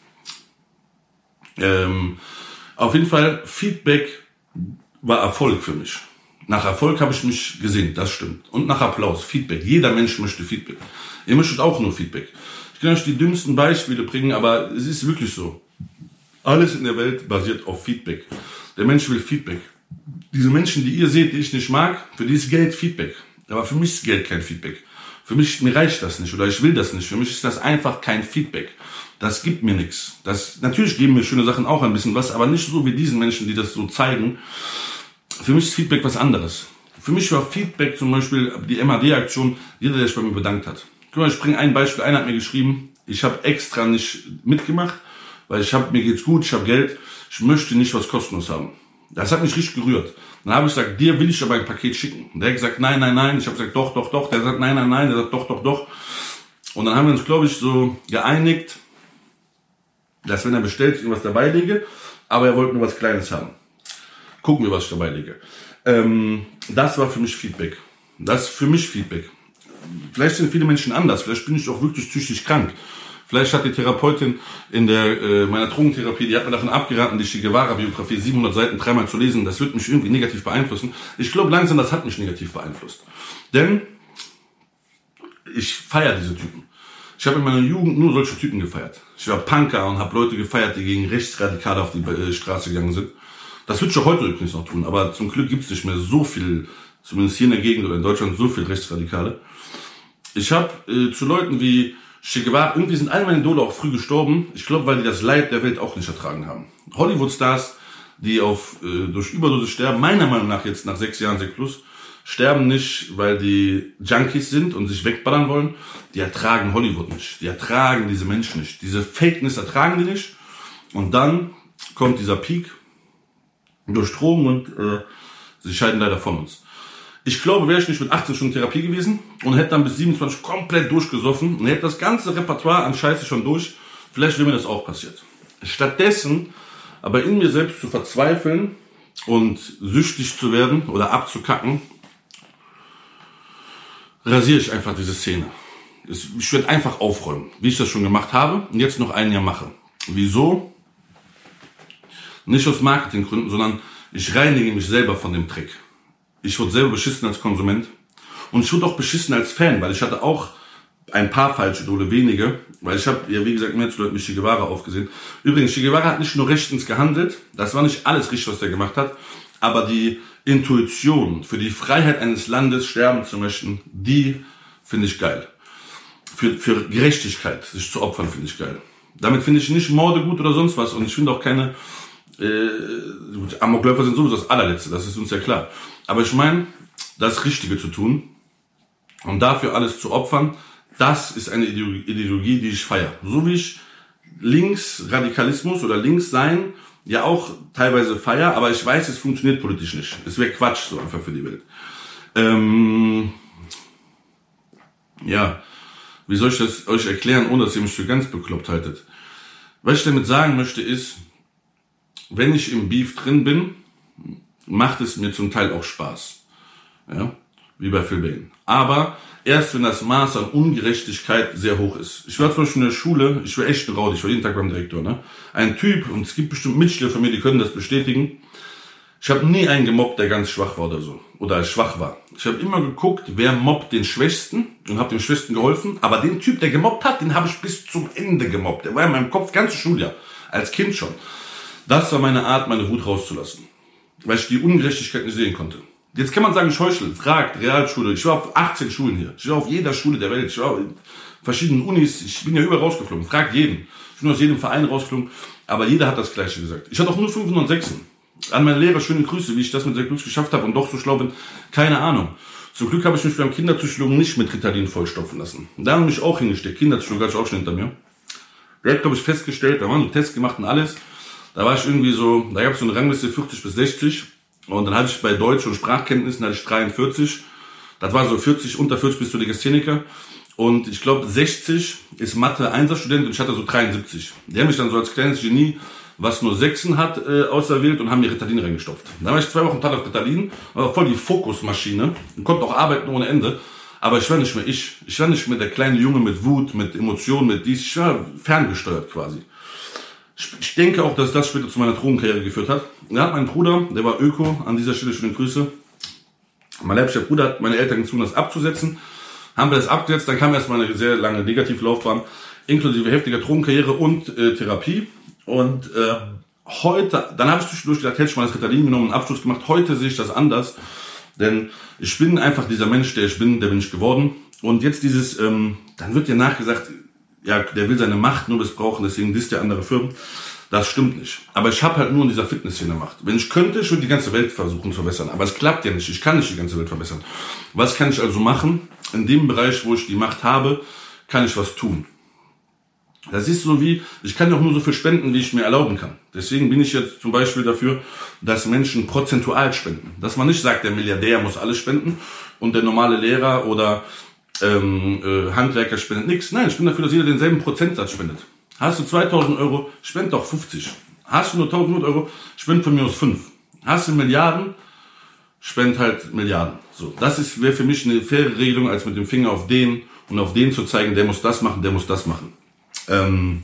Ähm... Auf jeden Fall, Feedback war Erfolg für mich. Nach Erfolg habe ich mich gesehen, das stimmt. Und nach Applaus, Feedback. Jeder Mensch möchte Feedback. Ihr möchtet auch nur Feedback. Ich kann euch die dümmsten Beispiele bringen, aber es ist wirklich so. Alles in der Welt basiert auf Feedback. Der Mensch will Feedback. Diese Menschen, die ihr seht, die ich nicht mag, für die ist Geld Feedback. Aber für mich ist Geld kein Feedback. Für mich, mir reicht das nicht oder ich will das nicht. Für mich ist das einfach kein Feedback. Das gibt mir nichts. Das, natürlich geben mir schöne Sachen auch ein bisschen was, aber nicht so wie diesen Menschen, die das so zeigen. Für mich ist Feedback was anderes. Für mich war Feedback zum Beispiel die M A D-Aktion, jeder, der sich bei mir bedankt hat. Guck mal, ich bringe ein Beispiel. Einer hat mir geschrieben, ich habe extra nicht mitgemacht, weil ich habe, mir geht's gut, ich habe Geld, ich möchte nicht was kostenlos haben. Das hat mich richtig gerührt. Dann habe ich gesagt, dir will ich aber ein Paket schicken. Und der hat gesagt, nein, nein, nein. Ich habe gesagt, doch, doch, doch. Der sagt, nein, nein, nein. Der sagt, doch, doch, doch. Und dann haben wir uns, glaube ich, so geeinigt, dass wenn er bestellt, ich irgendwas dabei lege, aber er wollte nur was Kleines haben. Gucken wir, was ich dabei lege. Ähm, das war für mich Feedback. Das ist für mich Feedback. Vielleicht sind viele Menschen anders. Vielleicht bin ich auch wirklich psychisch krank. Vielleicht hat die Therapeutin in der äh, meiner Drogentherapie, die hat mir davon abgeraten, die Che Guevara-Biografie siebenhundert Seiten dreimal zu lesen. Das wird mich irgendwie negativ beeinflussen. Ich glaube langsam, das hat mich negativ beeinflusst. Denn ich feiere diese Typen. Ich habe in meiner Jugend nur solche Typen gefeiert. Ich war Punker und habe Leute gefeiert, die gegen Rechtsradikale auf die äh, Straße gegangen sind. Das würde ich auch heute übrigens noch tun, aber zum Glück gibt es nicht mehr so viel, zumindest hier in der Gegend oder in Deutschland, so viel Rechtsradikale. Ich habe äh, zu Leuten wie Che Guevara, irgendwie sind alle meine Idole auch früh gestorben. Ich glaube, weil die das Leid der Welt auch nicht ertragen haben. Hollywood-Stars, die auf äh, durch Überdosis sterben, meiner Meinung nach jetzt nach sechs Jahren, sechs plus, sterben nicht, weil die Junkies sind und sich wegballern wollen. Die ertragen Hollywood nicht. Die ertragen diese Menschen nicht. Diese Fakeness ertragen die nicht. Und dann kommt dieser Peak durch Drogen und äh, sie scheiden leider von uns. Ich glaube, wäre ich nicht mit achtzehn Stunden Therapie gewesen und hätte dann bis siebenundzwanzig komplett durchgesoffen und hätte das ganze Repertoire an Scheiße schon durch, vielleicht wäre mir das auch passiert. Stattdessen aber in mir selbst zu verzweifeln und süchtig zu werden oder abzukacken, rasiere ich einfach diese Szene. Ich werde einfach aufräumen, wie ich das schon gemacht habe und jetzt noch ein Jahr mache. Wieso? Nicht aus Marketinggründen, sondern ich reinige mich selber von dem Trick. Ich wurde selber beschissen als Konsument und ich wurde auch beschissen als Fan, weil ich hatte auch ein paar falsche Idole, wenige, weil ich habe ja wie gesagt mehr zu Leuten wie Che Guevara aufgesehen. Übrigens, Che Guevara hat nicht nur rechtens gehandelt, das war nicht alles richtig, was er gemacht hat, aber die Intuition für die Freiheit eines Landes sterben zu möchten, die finde ich geil. Für, für Gerechtigkeit sich zu opfern, finde ich geil. Damit finde ich nicht Morde gut oder sonst was und ich finde auch keine äh, Amokläufer sind sowieso das allerletzte, das ist uns ja klar. Aber ich meine, das Richtige zu tun und dafür alles zu opfern, das ist eine Ideologie, die ich feiere. So wie ich Linksradikalismus oder Linkssein ja auch teilweise feiere, aber ich weiß, es funktioniert politisch nicht. Es wäre Quatsch so einfach für die Welt. Ähm, ja, wie soll ich das euch erklären, ohne dass ihr mich für ganz bekloppt haltet? Was ich damit sagen möchte ist, wenn ich im Beef drin bin, macht es mir zum Teil auch Spaß. Ja, wie bei Phil Bain. Aber erst wenn das Maß an Ungerechtigkeit sehr hoch ist. Ich war zum Beispiel in der Schule, ich war echt ein Raude, ich war jeden Tag beim Direktor, ne? Ein Typ, und es gibt bestimmt Mitschüler von mir, die können das bestätigen. Ich habe nie einen gemobbt, der ganz schwach war oder so. Oder schwach war. Ich habe immer geguckt, wer mobbt den Schwächsten und habe dem Schwächsten geholfen. Aber den Typ, der gemobbt hat, den habe ich bis zum Ende gemobbt. Der war in meinem Kopf ganze Schuljahr, als Kind schon. Das war meine Art, meine Wut rauszulassen. Weil ich die Ungerechtigkeit nicht sehen konnte. Jetzt kann man sagen, ich heuchle. Fragt, Realschule. Ich war auf achtzehn Schulen hier. Ich war auf jeder Schule der Welt. Ich war in verschiedenen Unis. Ich bin ja überall rausgeflogen. Fragt jeden. Ich bin aus jedem Verein rausgeflogen. Aber jeder hat das Gleiche gesagt. Ich hatte auch nur fünf und sechs. An meine Lehrer schöne Grüße, wie ich das mit sehr Glück geschafft habe und doch so schlau bin. Keine Ahnung. Zum Glück habe ich mich beim Kinderpsychologen nicht mit Ritalin vollstopfen lassen. Da haben mich auch hingesteckt. Kinderpsychologe hatte ich auch schon hinter mir. Der hat, glaube ich, festgestellt, da waren so Tests gemacht und alles. Da war ich irgendwie so, da gab es so eine Rangliste vierzig bis sechzig. Und dann hatte ich bei Deutsch und Sprachkenntnissen hatte ich dreiundvierzig. Das war so vierzig, unter vierzig bist du Legastheniker. Und ich glaube sechzig ist Mathe Einserstudent und ich hatte so dreiundsiebzig. Die haben mich dann so als kleines Genie, was nur Sechsen hat, äh, auserwählt und haben mir Ritalin reingestopft. Da war ich zwei Wochen Tag auf Ritalin, war voll die Fokusmaschine und konnte auch arbeiten ohne Ende. Aber ich war nicht mehr ich. Ich war nicht mehr der kleine Junge mit Wut, mit Emotionen, mit dies. Ich war ferngesteuert quasi. Ich denke auch, dass das später zu meiner Drogenkarriere geführt hat. Da hat mein Bruder, der war Öko, an dieser Stelle schöne Grüße. Mein leiblicher Bruder hat meine Eltern gezwungen, das abzusetzen. Haben wir das abgesetzt, dann kam erstmal eine sehr lange Negativlaufbahn, inklusive heftiger Drogenkarriere und äh, Therapie. Und äh, heute, dann habe ich zwischendurch gedacht, hätte ich mal das Ritalin genommen und einen Abschluss gemacht. Heute sehe ich das anders, denn ich bin einfach dieser Mensch, der ich bin, der bin ich geworden. Und jetzt dieses, ähm, dann wird dir nachgesagt, ja, der will seine Macht nur missbrauchen, deswegen disst der andere Firmen. Das stimmt nicht. Aber ich habe halt nur in dieser Fitnessszene Macht. Wenn ich könnte, ich würde die ganze Welt versuchen zu verbessern. Aber es klappt ja nicht. Ich kann nicht die ganze Welt verbessern. Was kann ich also machen? In dem Bereich, wo ich die Macht habe, kann ich was tun. Das ist so wie, ich kann ja auch nur so viel spenden, wie ich mir erlauben kann. Deswegen bin ich jetzt zum Beispiel dafür, dass Menschen prozentual spenden. Dass man nicht sagt, der Milliardär muss alles spenden und der normale Lehrer oder ähm, äh, Handwerker spendet nichts. Nein, ich bin dafür, dass jeder denselben Prozentsatz spendet. Hast du zweitausend Euro, spend doch fünfzig. Hast du nur tausend Euro, spend von mir aus fünf. Hast du Milliarden, spend halt Milliarden. So, das ist wäre für mich eine faire Regelung, als mit dem Finger auf den und auf den zu zeigen, der muss das machen, der muss das machen. Ähm,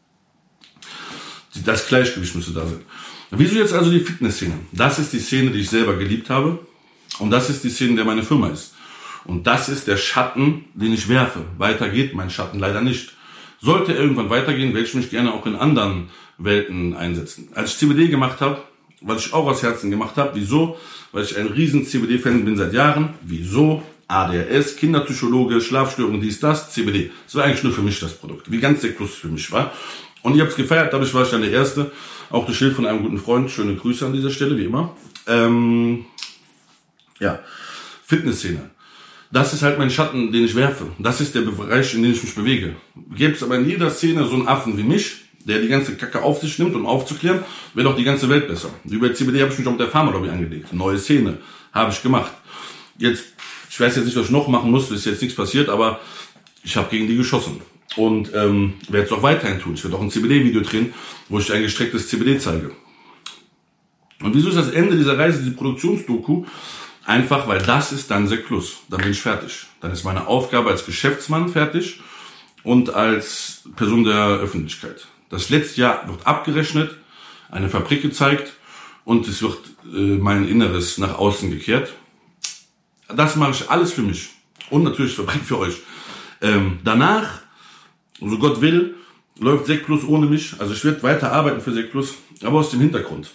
das Gleichgewicht müsste da sein. Wieso jetzt also die Fitnessszene? Das ist die Szene, die ich selber geliebt habe. Und das ist die Szene, in der meine Firma ist. Und das ist der Schatten, den ich werfe. Weiter geht mein Schatten leider nicht. Sollte er irgendwann weitergehen, werde ich mich gerne auch in anderen Welten einsetzen. Als ich C B D gemacht habe, was ich auch aus Herzen gemacht habe, wieso? Weil ich ein riesen C B D-Fan bin seit Jahren. Wieso? A D H S, Kinderpsychologe, Schlafstörungen, dies, das, C B D. Das war eigentlich nur für mich das Produkt, wie ganz Sekt Plus für mich war. Und ich habe es gefeiert, dadurch war ich dann der Erste. Auch das Schild von einem guten Freund. Schöne Grüße an dieser Stelle, wie immer. Ähm, ja, Fitnessszene. Das ist halt mein Schatten, den ich werfe. Das ist der Bereich, in dem ich mich bewege. Gäbe es aber in jeder Szene so einen Affen wie mich, der die ganze Kacke auf sich nimmt, um aufzuklären, wäre doch die ganze Welt besser. Über C B D habe ich mich auch mit der Pharmalobby angelegt. Neue Szene habe ich gemacht. Jetzt, ich weiß jetzt nicht, was ich noch machen muss, ist jetzt nichts passiert, aber ich habe gegen die geschossen. Und ähm, werde es auch weiterhin tun. Ich werde auch ein C B D-Video drehen, wo ich ein gestrecktes C B D zeige. Und wieso ist das Ende dieser Reise, die Produktionsdoku? Einfach, weil das ist dann Sekt Plus. Dann bin ich fertig. Dann ist meine Aufgabe als Geschäftsmann fertig und als Person der Öffentlichkeit. Das letzte Jahr wird abgerechnet, eine Fabrik gezeigt und es wird äh, mein Inneres nach außen gekehrt. Das mache ich alles für mich und natürlich Fabrik für euch. Ähm, danach, so Gott will, läuft Sekt Plus ohne mich. Also ich werde weiter arbeiten für Sekt Plus, aber aus dem Hintergrund.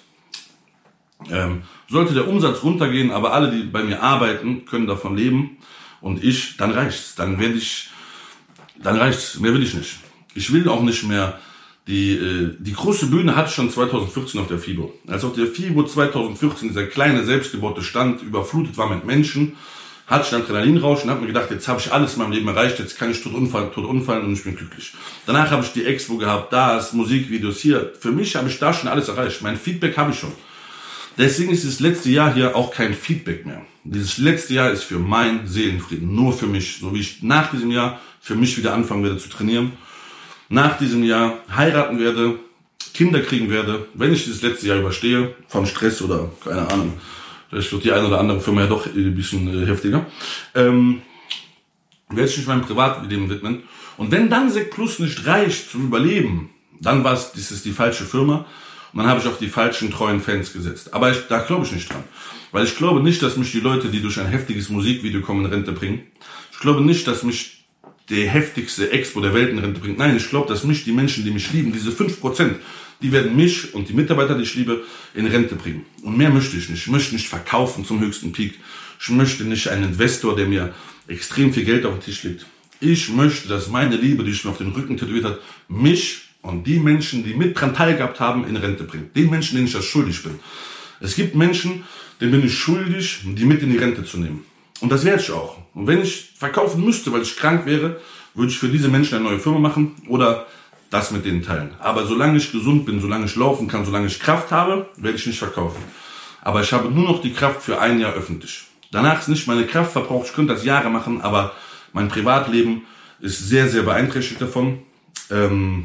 Ähm, sollte der Umsatz runtergehen, aber alle, die bei mir arbeiten, können davon leben und ich, dann reicht's. Dann werde ich, dann reicht's. Mehr will ich nicht. Ich will auch nicht mehr die, äh, die große Bühne hatte ich schon zweitausendvierzehn auf der FIBO. Als auf der FIBO zweitausendvierzehn dieser kleine, selbstgebaute Stand überflutet war mit Menschen, hatte ich einen Adrenalinrausch und habe mir gedacht, jetzt habe ich alles in meinem Leben erreicht, jetzt kann ich tot umfallen, tot umfallen und ich bin glücklich. Danach habe ich die Expo gehabt, da ist Musikvideos hier. Für mich habe ich da schon alles erreicht. Mein Feedback habe ich schon. Deswegen ist das letzte Jahr hier auch kein Feedback mehr. Dieses letzte Jahr ist für meinen Seelenfrieden, nur für mich. So wie ich nach diesem Jahr für mich wieder anfangen werde zu trainieren, nach diesem Jahr heiraten werde, Kinder kriegen werde, wenn ich dieses letzte Jahr überstehe, vom Stress oder keine Ahnung, vielleicht wird die eine oder andere Firma ja doch ein bisschen heftiger, ähm, werde ich mich meinem Privatleben widmen. Und wenn dann Sekt Plus nicht reicht zum Überleben, dann war es, das ist die falsche Firma. Und dann habe ich auf die falschen treuen Fans gesetzt. Aber ich, da glaube ich nicht dran. Weil ich glaube nicht, dass mich die Leute, die durch ein heftiges Musikvideo kommen, in Rente bringen. Ich glaube nicht, dass mich der heftigste Expo der Welt in Rente bringt. Nein, ich glaube, dass mich die Menschen, die mich lieben, diese fünf Prozent, die werden mich und die Mitarbeiter, die ich liebe, in Rente bringen. Und mehr möchte ich nicht. Ich möchte nicht verkaufen zum höchsten Peak. Ich möchte nicht einen Investor, der mir extrem viel Geld auf den Tisch legt. Ich möchte, dass meine Liebe, die ich mir auf den Rücken tätowiert hat, mich und die Menschen, die mit dran teilgehabt haben, in Rente bringt. Den Menschen, denen ich das schuldig bin. Es gibt Menschen, denen bin ich schuldig, die mit in die Rente zu nehmen. Und das werde ich auch. Und wenn ich verkaufen müsste, weil ich krank wäre, würde ich für diese Menschen eine neue Firma machen oder das mit denen teilen. Aber solange ich gesund bin, solange ich laufen kann, solange ich Kraft habe, werde ich nicht verkaufen. Aber ich habe nur noch die Kraft für ein Jahr öffentlich. Danach ist nicht meine Kraft verbraucht. Ich könnte das Jahre machen, aber mein Privatleben ist sehr, sehr beeinträchtigt davon. Ähm,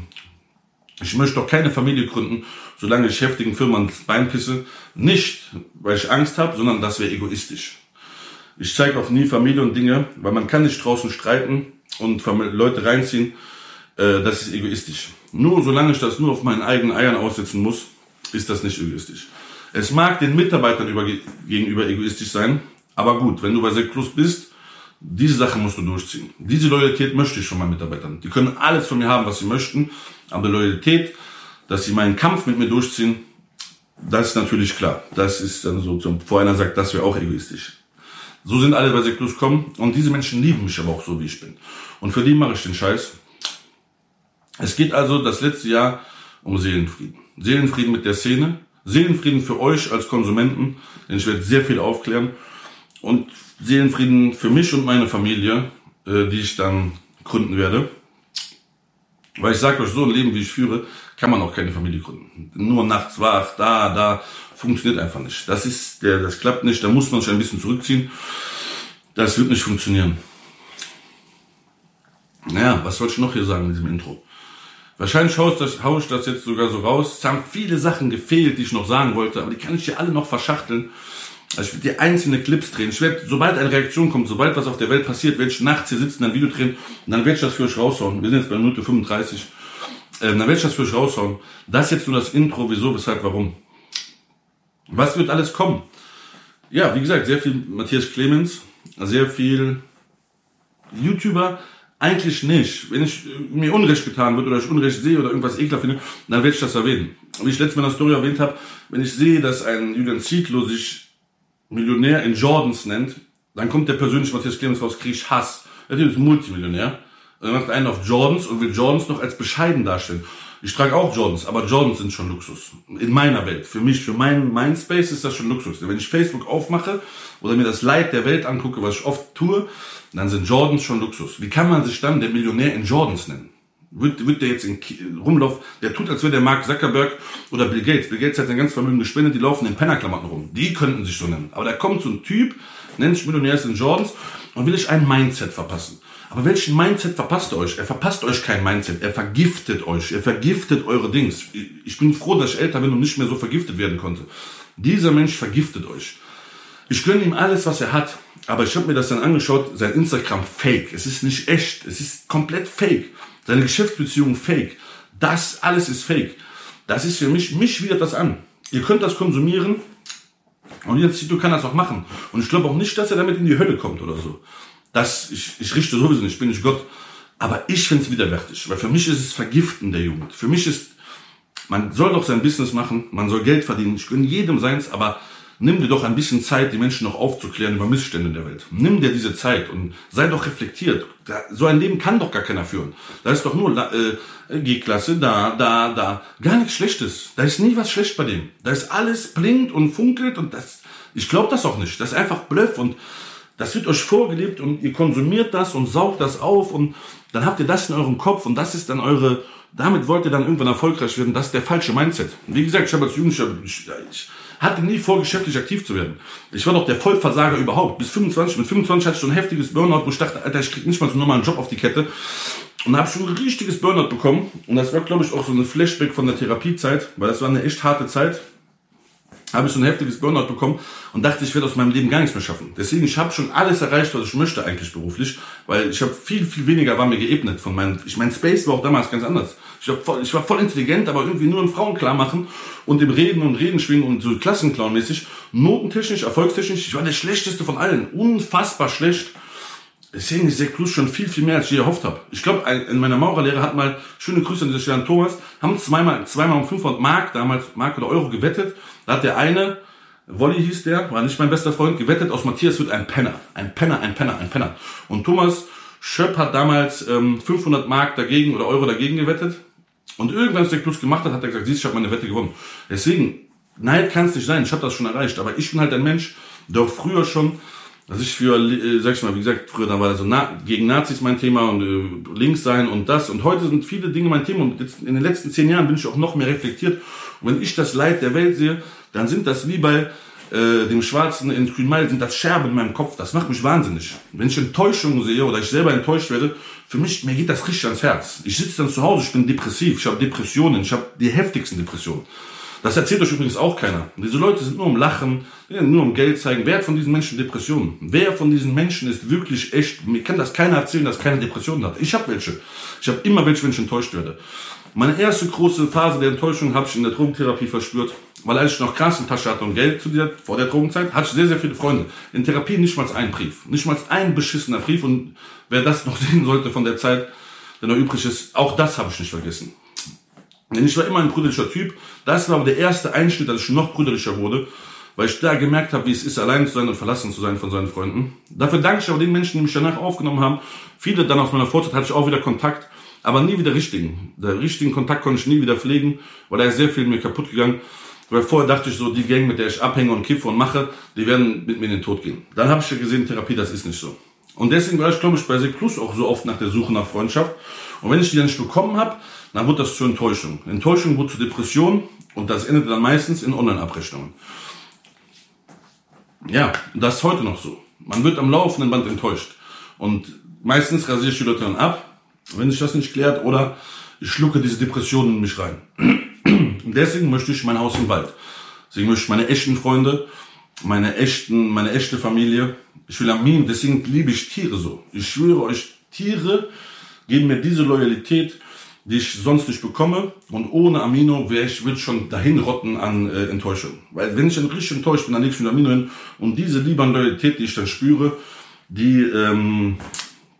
Ich möchte auch keine Familie gründen, solange ich heftigen Firmen ins Bein pisse. Nicht, weil ich Angst habe, sondern das wäre egoistisch. Ich zeige auch nie Familie und Dinge, weil man kann nicht draußen streiten und Leute reinziehen. Äh, das ist egoistisch. Nur solange ich das nur auf meinen eigenen Eiern aussetzen muss, ist das nicht egoistisch. Es mag den Mitarbeitern über, gegenüber egoistisch sein, aber gut, wenn du bei Sekt Plus bist, diese Sache musst du durchziehen. Diese Loyalität möchte ich von meinen Mitarbeitern. Die können alles von mir haben, was sie möchten. Aber die Loyalität, dass sie meinen Kampf mit mir durchziehen, das ist natürlich klar. Das ist dann so, bevor einer sagt, das wäre auch egoistisch. So sind alle bei Sekt Plus gekommen. Und diese Menschen lieben mich aber auch so, wie ich bin. Und für die mache ich den Scheiß. Es geht also das letzte Jahr um Seelenfrieden. Seelenfrieden mit der Szene. Seelenfrieden für euch als Konsumenten. Denn ich werde sehr viel aufklären. Und Seelenfrieden für mich und meine Familie, äh, die ich dann gründen werde. Weil ich sage euch, so ein Leben, wie ich führe, kann man auch keine Familie gründen. Nur nachts wach, da, da, funktioniert einfach nicht. Das ist, der, das klappt nicht, da muss man sich ein bisschen zurückziehen. Das wird nicht funktionieren. Naja, was soll ich noch hier sagen in diesem Intro? Wahrscheinlich haue ich, das, haue ich das jetzt sogar so raus. Es haben viele Sachen gefehlt, die ich noch sagen wollte, aber die kann ich hier alle noch verschachteln. Also ich werde dir einzelne Clips drehen. Ich werde, sobald eine Reaktion kommt, sobald was auf der Welt passiert, werde ich nachts hier sitzen, ein Video drehen und dann werde ich das für euch raushauen. Wir sind jetzt bei Minute fünfunddreißig. Ähm, dann werde ich das für euch raushauen. Das ist jetzt nur das Intro, wieso, weshalb, warum. Was wird alles kommen? Ja, wie gesagt, sehr viel Matthias Clemens, sehr viel YouTuber eigentlich nicht. Wenn ich mir Unrecht getan wird oder ich Unrecht sehe oder irgendwas ekelhaft finde, dann werde ich das erwähnen. Wie ich letztes Mal in der Story erwähnt habe, wenn ich sehe, dass ein Julian Zietlow sich Millionär in Jordans nennt, dann kommt der persönliche Matthias Clemens raus, kriege ich Hass. Der Typ ist Multimillionär. Und er macht einen auf Jordans und will Jordans noch als bescheiden darstellen. Ich trage auch Jordans, aber Jordans sind schon Luxus. In meiner Welt. Für mich, für mein Mindspace ist das schon Luxus. Wenn ich Facebook aufmache oder mir das Leid der Welt angucke, was ich oft tue, dann sind Jordans schon Luxus. Wie kann man sich dann der Millionär in Jordans nennen? Wird, wird der jetzt in Rumlauf, der tut, als wäre der Mark Zuckerberg oder Bill Gates. Bill Gates hat sein ganzes Vermögen gespendet, die laufen in Pennerklamotten rum. Die könnten sich so nennen. Aber da kommt so ein Typ, nennt sich Millionär in Jordans und will euch ein Mindset verpassen. Aber welchen Mindset verpasst ihr euch? Er verpasst euch kein Mindset, er vergiftet euch, er vergiftet eure Dings. Ich bin froh, dass ich älter bin und nicht mehr so vergiftet werden konnte. Dieser Mensch vergiftet euch. Ich gönne ihm alles, was er hat, aber ich habe mir das dann angeschaut, sein Instagram fake, es ist nicht echt, es ist komplett fake. Seine Geschäftsbeziehung fake, das alles ist fake. Das ist für mich, mich widert das an. Ihr könnt das konsumieren und jetzt, du kannst das auch machen. Und ich glaube auch nicht, dass er damit in die Hölle kommt oder so. Das, ich, ich richte sowieso nicht, ich bin nicht Gott. Aber ich finde es widerwärtig, weil für mich ist es Vergiften der Jugend. Für mich ist, man soll doch sein Business machen, man soll Geld verdienen. Ich gönne jedem seins, aber nimm dir doch ein bisschen Zeit, die Menschen noch aufzuklären über Missstände in der Welt. Nimm dir diese Zeit und sei doch reflektiert. So ein Leben kann doch gar keiner führen. Da ist doch nur äh, G-Klasse, da, da, da. Gar nichts Schlechtes. Da ist nie was schlecht bei dem. Da ist alles blinkt und funkelt und das, ich glaube das auch nicht. Das ist einfach Bluff und das wird euch vorgelebt und ihr konsumiert das und saugt das auf und dann habt ihr das in eurem Kopf und das ist dann eure, damit wollt ihr dann irgendwann erfolgreich werden. Das ist der falsche Mindset. Wie gesagt, ich habe als Jugendlicher, ich, ich hatte nie vor, geschäftlich aktiv zu werden. Ich war doch der Vollversager überhaupt. Bis fünfundzwanzig, mit fünfundzwanzig hatte ich so ein heftiges Burnout, wo ich dachte, Alter, ich krieg nicht mal so einen normalen Job auf die Kette. Und da habe ich schon ein richtiges Burnout bekommen. Und das war, glaube ich, auch so eine Flashback von der Therapiezeit, weil das war eine echt harte Zeit. Habe ich so ein heftiges Burnout bekommen und dachte, ich werde aus meinem Leben gar nichts mehr schaffen. Deswegen, ich habe schon alles erreicht, was ich möchte eigentlich beruflich, weil ich habe viel, viel weniger war mir geebnet von meinem, ich mein Space war auch damals ganz anders. Ich, hab voll, ich war voll intelligent, aber irgendwie nur im Frauen klar machen und im Reden und Reden schwingen und so Klassenclown-mäßig, notentechnisch, erfolgstechnisch, ich war der schlechteste von allen, unfassbar schlecht. Deswegen ist der Plus schon viel, viel mehr, als ich je erhofft habe. Ich glaube, in meiner Maurerlehre hat mal, schöne Grüße an dieser Stelle an Thomas, haben zweimal, zweimal um fünfhundert Mark, damals Mark oder Euro gewettet. Da hat der eine, Wolli hieß der, war nicht mein bester Freund, gewettet, aus Matthias wird ein Penner. Ein Penner, ein Penner, ein Penner. Und Thomas Schöpp hat damals ähm, fünfhundert Mark dagegen oder Euro dagegen gewettet. Und irgendwann, als der Plus gemacht hat, hat er gesagt, siehst du, ich habe meine Wette gewonnen. Deswegen, Neid kann es nicht sein, ich habe das schon erreicht. Aber ich bin halt ein Mensch, der auch früher schon, dass ich für, äh, sag ich mal, wie gesagt, früher da war so Na- gegen Nazis mein Thema und äh, links sein und das. Und heute sind viele Dinge mein Thema. Und jetzt in den letzten zehn Jahren bin ich auch noch mehr reflektiert. Und wenn ich das Leid der Welt sehe, dann sind das wie bei äh, dem Schwarzen in Green Mile, sind das Scherben in meinem Kopf. Das macht mich wahnsinnig. Wenn ich Enttäuschungen sehe oder ich selber enttäuscht werde, für mich, mir geht das richtig ans Herz. Ich sitze dann zu Hause, ich bin depressiv, ich habe Depressionen, ich habe die heftigsten Depressionen. Das erzählt euch übrigens auch keiner. Diese Leute sind nur um Lachen, nur um Geld zeigen. Wer hat von diesen Menschen Depressionen? Wer von diesen Menschen ist wirklich echt? Mir kann das keiner erzählen, dass keiner Depressionen hat. Ich habe welche. Ich habe immer welche, wenn ich enttäuscht werde. Meine erste große Phase der Enttäuschung habe ich in der Drogentherapie verspürt, weil als ich noch Kassentasche hatte und Geld zu der, vor der Drogenzeit, hatte ich sehr, sehr viele Freunde. In Therapie nicht mal einen Brief. Nicht mal ein beschissener Brief. Und wer das noch sehen sollte von der Zeit, der noch übrig ist, auch das habe ich nicht vergessen. Denn ich war immer ein brüderlicher Typ. Das war aber der erste Einschnitt, dass ich noch brüderlicher wurde, weil ich da gemerkt habe, wie es ist, allein zu sein und verlassen zu sein von seinen Freunden. Dafür danke ich aber den Menschen, die mich danach aufgenommen haben. Viele dann aus meiner Vorzeit hatte ich auch wieder Kontakt, aber nie wieder richtigen. Der richtigen Kontakt konnte ich nie wieder pflegen, weil da ist sehr viel mir kaputt gegangen. Weil vorher dachte ich so, die Gang, mit der ich abhänge und kiffe und mache, die werden mit mir in den Tod gehen. Dann habe ich ja gesehen, Therapie, das ist nicht so. Und deswegen war ich, glaube ich, bei Sek Plus auch so oft nach der Suche nach Freundschaft. Und wenn ich die dann nicht bekommen habe, dann wurde das zur Enttäuschung. Enttäuschung wurde zur Depression und das endete dann meistens in Online-Abrechnungen. Ja, das ist heute noch so. Man wird am laufenden Band enttäuscht. Und meistens rasiere ich die Leute dann ab, wenn sich das nicht klärt, oder ich schlucke diese Depressionen in mich rein. Und deswegen möchte ich mein Haus im Wald. Deswegen möchte ich meine echten Freunde, meine echten, meine echte Familie. Ich will Amin, deswegen liebe ich Tiere so. Ich schwöre euch, Tiere geben mir diese Loyalität, die ich sonst nicht bekomme. Und ohne Amino wäre ich, würde schon dahin rotten an äh, Enttäuschung. Weil wenn ich dann richtig enttäuscht bin, dann lege ich mit Amino hin. Und diese Liebe und Loyalität, die ich dann spüre, die, ähm,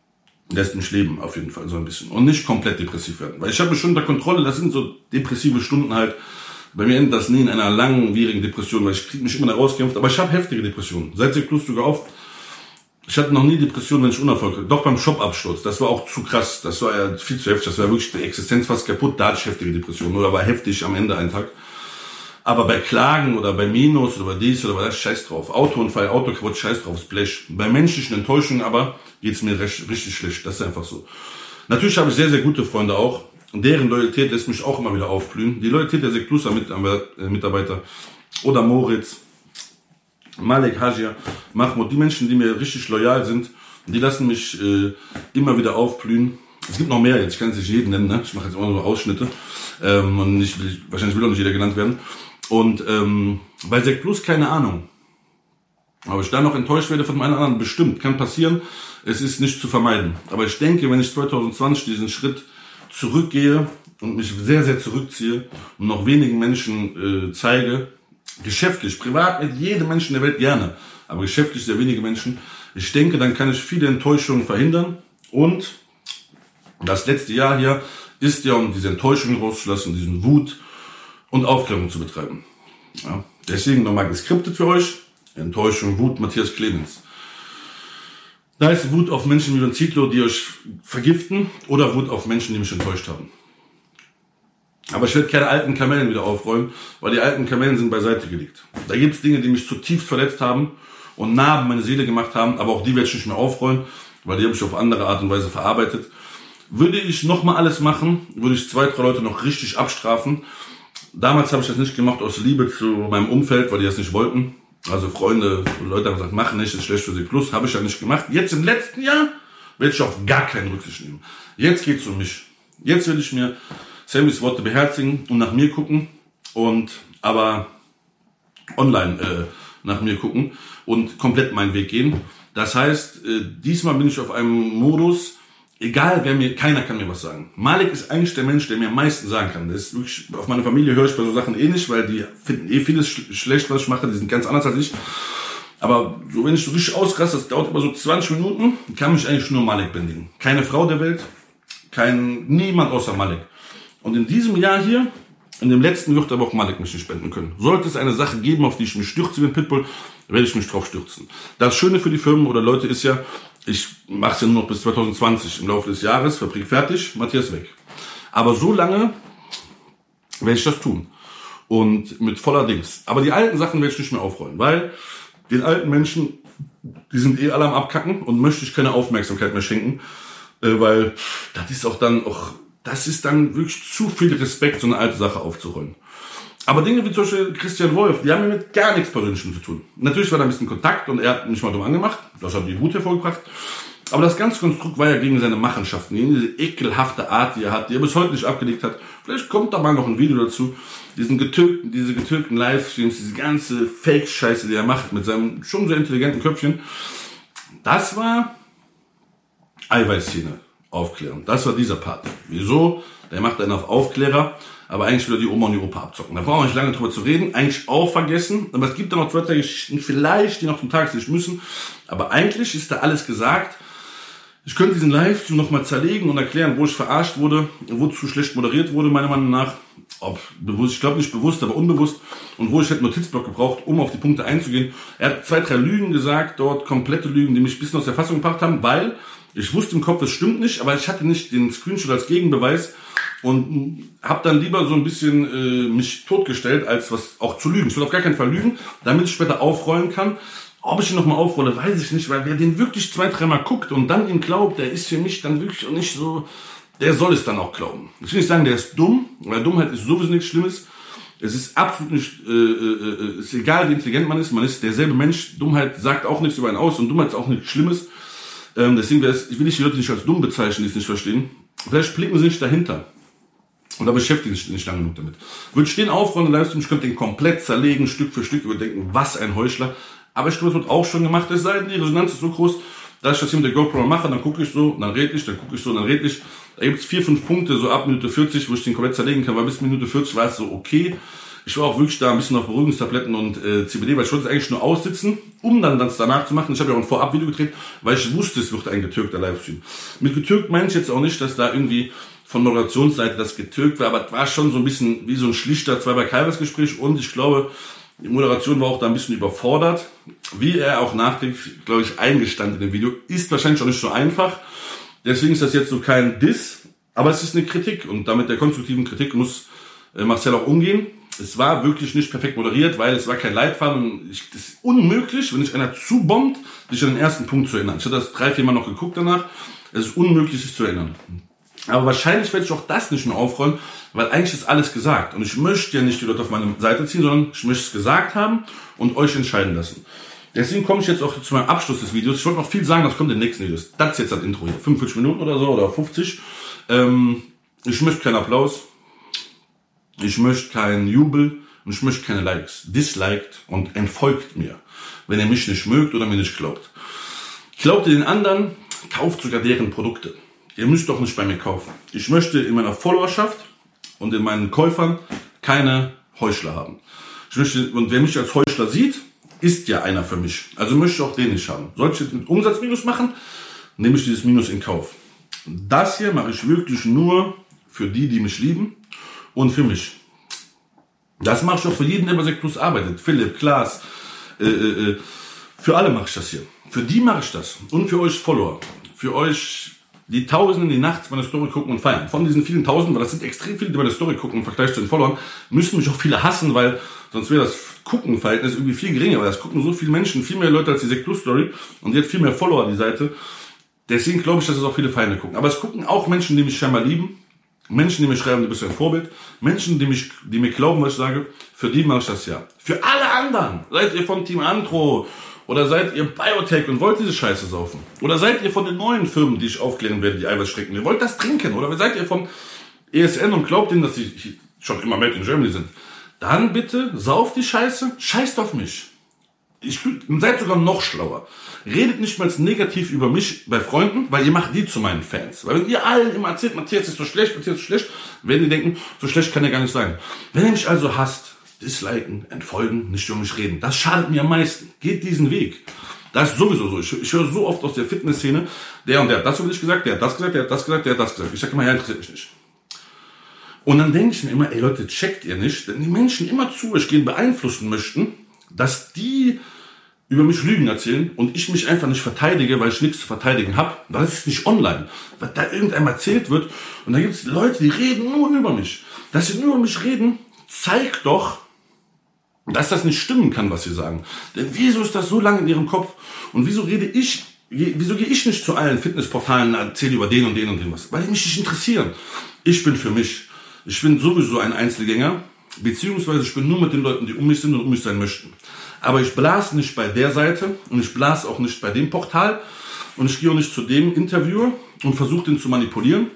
lässt mich leben, auf jeden Fall, so ein bisschen. Und nicht komplett depressiv werden. Weil ich habe mich schon unter Kontrolle, das sind so depressive Stunden halt. Bei mir endet das nie in einer langwierigen Depression, weil ich kriege mich immer da rausgekämpft. Aber ich habe heftige Depressionen. Seit Sepp Plus sogar oft. Ich hatte noch nie Depressionen, wenn ich Unerfolg hatte. Doch beim Shop-Absturz. Das war auch zu krass. Das war ja viel zu heftig. Das war wirklich die Existenz fast kaputt. Da hatte ich heftige Depressionen. Oder war heftig am Ende einen Tag. Aber bei Klagen oder bei Minus oder bei dies oder bei das, scheiß drauf. Autounfall, Auto kaputt, scheiß drauf, das Blech. Bei menschlichen Enttäuschungen aber geht's mir recht, richtig schlecht. Das ist einfach so. Natürlich habe ich sehr, sehr gute Freunde auch. Und deren Loyalität lässt mich auch immer wieder aufblühen. Die Loyalität der Sepp Plus Mitarbeiter oder Moritz, Malek, Hajia, Mahmoud, die Menschen, die mir richtig loyal sind, die lassen mich äh, immer wieder aufblühen. Es gibt noch mehr jetzt, ich kann es nicht jeden nennen, ne? Ich mache jetzt immer nur Ausschnitte. Ähm, und nicht, wahrscheinlich will auch nicht jeder genannt werden. Und ähm, bei Sepp Plus keine Ahnung. Aber ich da noch enttäuscht werde von einem anderen, bestimmt, kann passieren. Es ist nicht zu vermeiden. Aber ich denke, wenn ich zwanzig zwanzig diesen Schritt zurückgehe und mich sehr, sehr zurückziehe und noch wenigen Menschen äh, zeige, geschäftlich, privat mit jedem Menschen der Welt gerne, aber geschäftlich sehr wenige Menschen, ich denke, dann kann ich viele Enttäuschungen verhindern. Und das letzte Jahr hier ist ja, um diese Enttäuschungen rauszulassen, diesen Wut und Aufklärung zu betreiben. Ja, deswegen nochmal geskriptet für euch. Enttäuschung, Wut, Matthias Clemens. Da ist Wut auf Menschen wie Don Zitlo, die euch vergiften, oder Wut auf Menschen, die mich enttäuscht haben. Aber ich werde keine alten Kamellen wieder aufrollen, weil die alten Kamellen sind beiseite gelegt. Da gibt es Dinge, die mich zutiefst verletzt haben und Narben meine Seele gemacht haben, aber auch die werde ich nicht mehr aufrollen, weil die habe ich auf andere Art und Weise verarbeitet. Würde ich nochmal alles machen, würde ich zwei, drei Leute noch richtig abstrafen. Damals habe ich das nicht gemacht aus Liebe zu meinem Umfeld, weil die das nicht wollten. Also Freunde und Leute haben gesagt, mach nicht, ist schlecht für sie. Plus habe ich ja nicht gemacht. Jetzt im letzten Jahr werde ich auf gar keine Rücksicht nehmen. Jetzt geht's um mich. Jetzt will ich mir Sammys Worte beherzigen und nach mir gucken und aber online äh, nach mir gucken und komplett meinen Weg gehen. Das heißt, äh, diesmal bin ich auf einem Modus, egal wer mir, keiner kann mir was sagen. Malik ist eigentlich der Mensch, der mir am meisten sagen kann. Das ist wirklich, auf meine Familie höre ich bei so Sachen eh nicht, weil die finden eh vieles sch- schlecht, was ich mache. Die sind ganz anders als ich. Aber so, wenn ich so richtig ausraste, das dauert immer so zwanzig Minuten, kann mich eigentlich nur Malik bändigen. Keine Frau der Welt, kein, niemand außer Malik. Und in diesem Jahr hier, in dem letzten wird aber auch Malik mich nicht spenden können. Sollte es eine Sache geben, auf die ich mich stürze wie ein Pitbull, werde ich mich drauf stürzen. Das Schöne für die Firmen oder Leute ist ja, ich mache es ja nur noch bis zwanzig zwanzig. Im Laufe des Jahres, Fabrik fertig, Matthias weg. Aber so lange werde ich das tun. Und mit voller Dings. Aber die alten Sachen werde ich nicht mehr aufrollen, weil den alten Menschen, die sind eh alle am Abkacken und möchte ich keine Aufmerksamkeit mehr schenken, weil das ist auch dann auch, das ist dann wirklich zu viel Respekt, so eine alte Sache aufzurollen. Aber Dinge wie zum Beispiel Christian Wolf, die haben mit gar nichts Persönlichem zu tun. Natürlich war da ein bisschen Kontakt und er hat mich mal dumm angemacht. Das hat die Wut hervorgebracht. Aber das ganze Konstrukt war ja gegen seine Machenschaften, gegen diese ekelhafte Art, die er hat, die er bis heute nicht abgelegt hat. Vielleicht kommt da mal noch ein Video dazu. Diesen getürkten, diese getürkten Livestreams, diese ganze Fake-Scheiße, die er macht mit seinem schon sehr intelligenten Köpfchen. Das war Eiweißszene aufklären. Das war dieser Part. Wieso? Der macht einen auf Aufklärer. Aber eigentlich will er die Oma und die Opa abzocken. Da brauchen wir nicht lange drüber zu reden. Eigentlich auch vergessen. Aber es gibt da noch zwei, drei Geschichten, vielleicht, die noch zum Tageslicht müssen. Aber eigentlich ist da alles gesagt. Ich könnte diesen Livestream nochmal zerlegen und erklären, wo ich verarscht wurde, wo zu schlecht moderiert wurde, meiner Meinung nach. Ob bewusst, ich glaube nicht bewusst, aber unbewusst. Und wo ich hätte einen Notizblock gebraucht, um auf die Punkte einzugehen. Er hat zwei, drei Lügen gesagt, dort komplette Lügen, die mich ein bisschen aus der Fassung gebracht haben, weil ich wusste im Kopf, es stimmt nicht, aber ich hatte nicht den Screenshot als Gegenbeweis. Und habe dann lieber so ein bisschen äh, mich totgestellt, als was auch zu lügen. Ich will auf gar keinen Fall lügen, damit ich später aufrollen kann. Ob ich ihn nochmal aufrolle, weiß ich nicht, weil wer den wirklich zwei, dreimal guckt und dann ihn glaubt, der ist für mich dann wirklich nicht so, der soll es dann auch glauben. Ich will nicht sagen, der ist dumm, weil Dummheit ist sowieso nichts Schlimmes. Es ist absolut nicht, äh, äh, ist egal, wie intelligent man ist, man ist derselbe Mensch. Dummheit sagt auch nichts über einen aus und Dummheit ist auch nichts Schlimmes. Ähm, deswegen wäre es, ich will nicht die Leute nicht als dumm bezeichnen, die es nicht verstehen. Vielleicht blicken sie nicht dahinter. Und da beschäftige ich mich nicht lange genug damit. Würde ich den aufrollen, Livestream, ich könnte den komplett zerlegen, Stück für Stück überdenken, was ein Heuchler. Aber ich glaube, das wird auch schon gemacht, es sei denn, die Resonanz ist so groß, dass ich das hier mit der GoPro mache, dann gucke ich so, dann rede ich, dann gucke ich so, dann rede ich. Da gibt es vier, fünf Punkte, so ab Minute vierzig, wo ich den komplett zerlegen kann, weil bis Minute vierzig war es so okay. Ich war auch wirklich da ein bisschen auf Beruhigungstabletten und äh, C B D, weil ich wollte es eigentlich nur aussitzen, um dann das danach zu machen. Ich habe ja auch ein Vorab-Video gedreht, weil ich wusste, es wird ein getürkter Livestream. Mit getürkt meine ich jetzt auch nicht, dass da irgendwie von Moderationsseite das getürkt war, aber es war schon so ein bisschen wie so ein schlichter zwei bei Calvas Gespräch und ich glaube, die Moderation war auch da ein bisschen überfordert. Wie er auch nachträglich, glaube ich, eingestanden in dem Video, ist wahrscheinlich auch nicht so einfach. Deswegen ist das jetzt so kein Diss, aber es ist eine Kritik und damit der konstruktiven Kritik muss äh, Marcel auch umgehen. Es war wirklich nicht perfekt moderiert, weil es war kein Leitfaden und ich, das ist unmöglich, wenn dich einer zu bombt, sich an den ersten Punkt zu erinnern. Ich hatte das drei, vier Mal noch geguckt danach. Es ist unmöglich, sich zu erinnern. Aber wahrscheinlich werde ich auch das nicht mehr aufrollen, weil eigentlich ist alles gesagt. Und ich möchte ja nicht die Leute auf meine Seite ziehen, sondern ich möchte es gesagt haben und euch entscheiden lassen. Deswegen komme ich jetzt auch zu meinem Abschluss des Videos. Ich wollte noch viel sagen, das kommt in den nächsten Videos. Das ist jetzt das Intro hier. fünfundvierzig Minuten oder so oder fünfzig. Ähm, ich möchte keinen Applaus. Ich möchte keinen Jubel. Und ich möchte keine Likes. Disliked und entfolgt mir, wenn ihr mich nicht mögt oder mir nicht glaubt. Glaubt ihr den anderen, kauft sogar deren Produkte. Ihr müsst doch nicht bei mir kaufen. Ich möchte in meiner Followerschaft und in meinen Käufern keine Heuchler haben. Ich möchte, und wer mich als Heuchler sieht, ist ja einer für mich. Also möchte ich auch den nicht haben. Sollte ich jetzt Umsatzminus machen, nehme ich dieses Minus in Kauf. Das hier mache ich wirklich nur für die, die mich lieben und für mich. Das mache ich auch für jeden, der bei Sekt Plus arbeitet. Philipp, Klaas, äh, äh, für alle mache ich das hier. Für die mache ich das. Und für euch Follower. Für euch die Tausenden, die nachts meine Story gucken und feiern. Von diesen vielen Tausenden, weil das sind extrem viele, die meine Story gucken im Vergleich zu den Followern, müssen mich auch viele hassen, weil sonst wäre das Guckenverhältnis irgendwie viel geringer, weil das gucken so viele Menschen, viel mehr Leute als die Sekt Plus Story und die hat viel mehr Follower die Seite. Deswegen glaube ich, dass es auch viele Feinde gucken. Aber es gucken auch Menschen, die mich scheinbar lieben, Menschen, die mir schreiben, du bist ein Vorbild, Menschen, die mich, die mir glauben, was ich sage, für die mache ich das ja. Für alle anderen, seid ihr von Team Andro, oder seid ihr Biotech und wollt diese Scheiße saufen? Oder seid ihr von den neuen Firmen, die ich aufklären werde, die Eiweißstrecken, ihr wollt das trinken? Oder seid ihr von E S N und glaubt ihnen, dass sie schon immer made in Germany sind? Dann bitte sauft die Scheiße, scheißt auf mich. Ich, seid sogar noch schlauer. Redet nicht mal negativ über mich bei Freunden, weil ihr macht die zu meinen Fans. Weil wenn ihr allen immer erzählt, Matthias ist so schlecht, Matthias ist so schlecht, werden die denken, so schlecht kann er gar nicht sein. Wenn ihr mich also hasst, disliken, entfolgen, nicht über mich reden. Das schadet mir am meisten. Geht diesen Weg. Das ist sowieso so. Ich, ich höre so oft aus der Fitnessszene, der und der hat das über dich gesagt, der hat das gesagt, der hat das gesagt, der hat das gesagt. Ich sage immer, ja, interessiert mich nicht. Und dann denke ich mir immer, ey Leute, checkt ihr nicht, wenn die Menschen immer zu euch gehen, beeinflussen möchten, dass die über mich Lügen erzählen und ich mich einfach nicht verteidige, weil ich nichts zu verteidigen habe. Das ist nicht online, weil da irgendeinem erzählt wird und da gibt es Leute, die reden nur über mich. Dass sie nur über mich reden, zeigt doch, dass das nicht stimmen kann, was sie sagen. Denn wieso ist das so lange in ihrem Kopf? Und wieso rede ich, wieso gehe ich nicht zu allen Fitnessportalen und erzähle über den und den und den was? Weil die mich nicht interessieren. Ich bin für mich. Ich bin sowieso ein Einzelgänger, beziehungsweise ich bin nur mit den Leuten, die um mich sind und um mich sein möchten. Aber ich blase nicht bei der Seite und ich blase auch nicht bei dem Portal und ich gehe auch nicht zu dem Interviewer und versuche den zu manipulieren.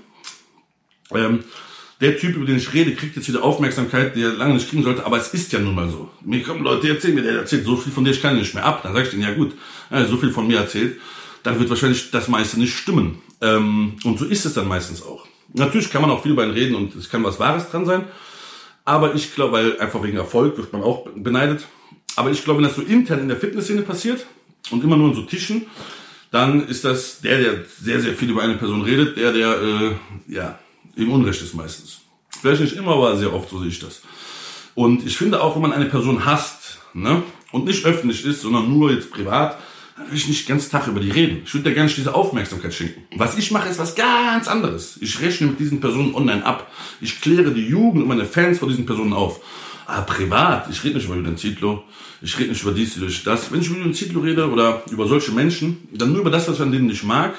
Ähm, Der Typ, über den ich rede, kriegt jetzt wieder Aufmerksamkeit, die er lange nicht kriegen sollte, aber es ist ja nun mal so. Mir kommen Leute, die erzählen mir, der erzählt so viel von dir, ich kann nicht mehr ab. Dann sag ich denen, ja gut, er hat so viel von mir erzählt, dann wird wahrscheinlich das meiste nicht stimmen. Ähm, und so ist es dann meistens auch. Natürlich kann man auch viel über ihn reden und es kann was Wahres dran sein, aber ich glaube, weil einfach wegen Erfolg wird man auch beneidet. Aber ich glaube, wenn das so intern in der Fitnessszene passiert und immer nur in so Tischen, dann ist das der, der sehr, sehr viel über eine Person redet, der, der, äh, ja, im Unrecht ist meistens. Vielleicht nicht immer, aber sehr oft, so sehe ich das. Und ich finde auch, wenn man eine Person hasst, ne, und nicht öffentlich ist, sondern nur jetzt privat, dann will ich nicht den ganzen Tag über die reden. Ich würde dir gar nicht diese Aufmerksamkeit schenken. Was ich mache, ist was ganz anderes. Ich rechne mit diesen Personen online ab. Ich kläre die Jugend und meine Fans vor diesen Personen auf. Aber privat, ich rede nicht über Julian Zietlow, ich rede nicht über dies, über das. Wenn ich über Julian Zietlow rede oder über solche Menschen, dann nur über das, was ich an denen nicht mag.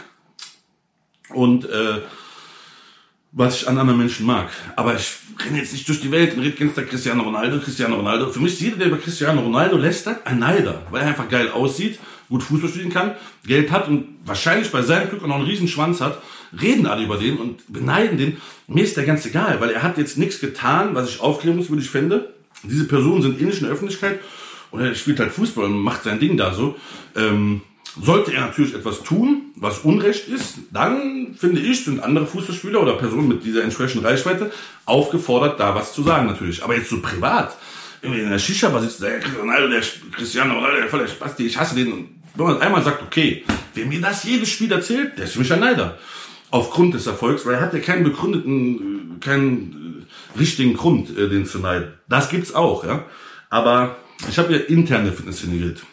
Und, äh, was ich an anderen Menschen mag. Aber ich renne jetzt nicht durch die Welt und rede ganz der Cristiano Ronaldo, Cristiano Ronaldo. Für mich ist jeder, der über Cristiano Ronaldo lästert, ein Neider, weil er einfach geil aussieht, gut Fußball spielen kann, Geld hat und wahrscheinlich bei seinem Glück auch noch einen riesen Schwanz hat, reden alle über den und beneiden den. Mir ist der ganz egal, weil er hat jetzt nichts getan, was ich aufklärungswürdig fände. Diese Personen sind eh nicht in der Öffentlichkeit und er spielt halt Fußball und macht sein Ding da so. Ähm, Sollte er natürlich etwas tun, was Unrecht ist, dann, finde ich, sind andere Fußballspieler oder Personen mit dieser entsprechenden Reichweite aufgefordert, da was zu sagen natürlich. Aber jetzt so privat, irgendwie in der Shisha-Bar sitzt, der Ronaldo, der Cristiano Ronaldo, der voller Spasti, ich hasse den. Und wenn man einmal sagt, okay, wer mir das jedes Spiel erzählt, der ist für mich ein Neider. Aufgrund des Erfolgs, weil er hat ja keinen begründeten, keinen richtigen Grund, den zu neiden. Das gibt's auch, ja. Aber ich habe ja interne Fitness generiert.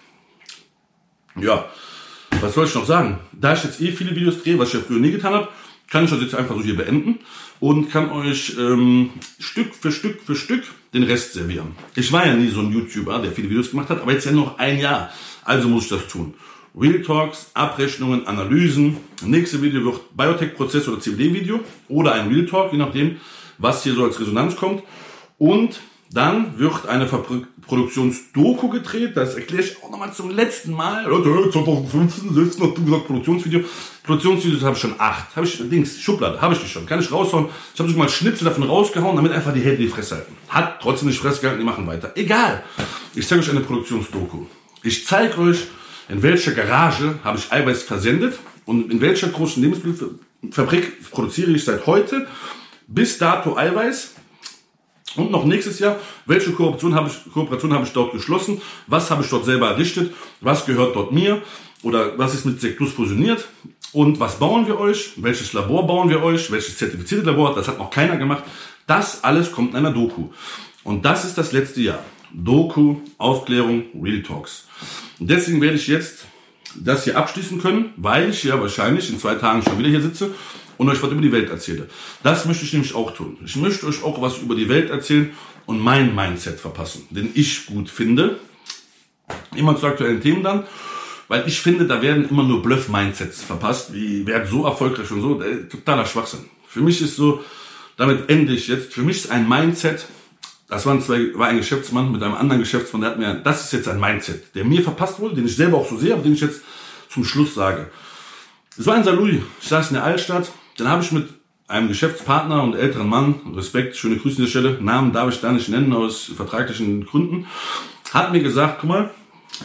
Ja, was soll ich noch sagen? Da ich jetzt eh viele Videos drehe, was ich ja früher nie getan habe, kann ich das jetzt einfach so hier beenden und kann euch ähm, Stück für Stück für Stück den Rest servieren. Ich war ja nie so ein YouTuber, der viele Videos gemacht hat, aber jetzt ja noch ein Jahr, also muss ich das tun. Real Talks, Abrechnungen, Analysen. Nächste Video wird Biotech-Prozess oder C B D-Video oder ein Real Talk, je nachdem, was hier so als Resonanz kommt. Und dann wird eine Produktionsdoku gedreht, das erkläre ich auch nochmal zum letzten Mal. Leute, zwanzig fünfzehn, sechzehn hast du gesagt Produktionsvideo. Produktionsvideos habe ich schon acht. Habe ich, Dings, Schublade, habe ich die schon. Kann ich raushauen. Ich habe sogar mal Schnipsel davon rausgehauen, damit einfach die Hände die Fresse halten. Hat trotzdem nicht Fresse gehalten, die machen weiter. Egal. Ich zeige euch eine Produktionsdoku. Ich zeige euch, in welcher Garage habe ich Eiweiß versendet und in welcher großen Lebensmittelfabrik produziere ich seit heute bis dato Eiweiß. Und noch nächstes Jahr, welche Kooperation habe ich, Kooperation habe ich dort geschlossen, was habe ich dort selber errichtet, was gehört dort mir oder was ist mit Sectus fusioniert und was bauen wir euch, welches Labor bauen wir euch, welches zertifizierte Labor, das hat noch keiner gemacht. Das alles kommt in einer Doku. Und das ist das letzte Jahr. Doku, Aufklärung, Real Talks. Und deswegen werde ich jetzt das hier abschließen können, weil ich ja wahrscheinlich in zwei Tagen schon wieder hier sitze und euch was über die Welt erzähle. Das möchte ich nämlich auch tun. Ich möchte euch auch was über die Welt erzählen und mein Mindset verpassen, den ich gut finde. Immer zu aktuellen Themen dann, weil ich finde, da werden immer nur Bluff-Mindsets verpasst, wie wer so erfolgreich und so, äh, totaler Schwachsinn. Für mich ist so, damit ende ich jetzt, für mich ist ein Mindset, das waren zwei, war ein Geschäftsmann mit einem anderen Geschäftsmann, der hat mir, das ist jetzt ein Mindset, der mir verpasst wurde, den ich selber auch so sehe, aber den ich jetzt zum Schluss sage. Es war ein Salui, ich saß in der Altstadt, dann habe ich mit einem Geschäftspartner und älteren Mann, Respekt, schöne Grüße an der Stelle, Namen darf ich da nicht nennen aus vertraglichen Gründen, hat mir gesagt, guck mal,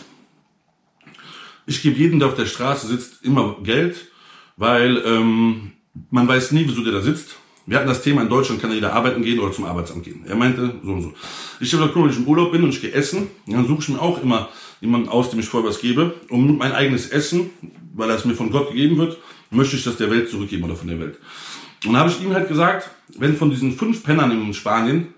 ich gebe jedem, der auf der Straße sitzt, immer Geld, weil ähm, man weiß nie, wieso der da sitzt. Wir hatten das Thema, in Deutschland kann ja jeder arbeiten gehen oder zum Arbeitsamt gehen. Er meinte so und so. Ich habe gesagt, guck mal, wenn ich im Urlaub bin und ich gehe essen, dann suche ich mir auch immer jemanden aus, dem ich vorher was gebe. Und mein eigenes Essen, weil das mir von Gott gegeben wird, möchte ich das der Welt zurückgeben oder von der Welt. Und da habe ich ihm halt gesagt, wenn von diesen fünf Pennern in Spanien,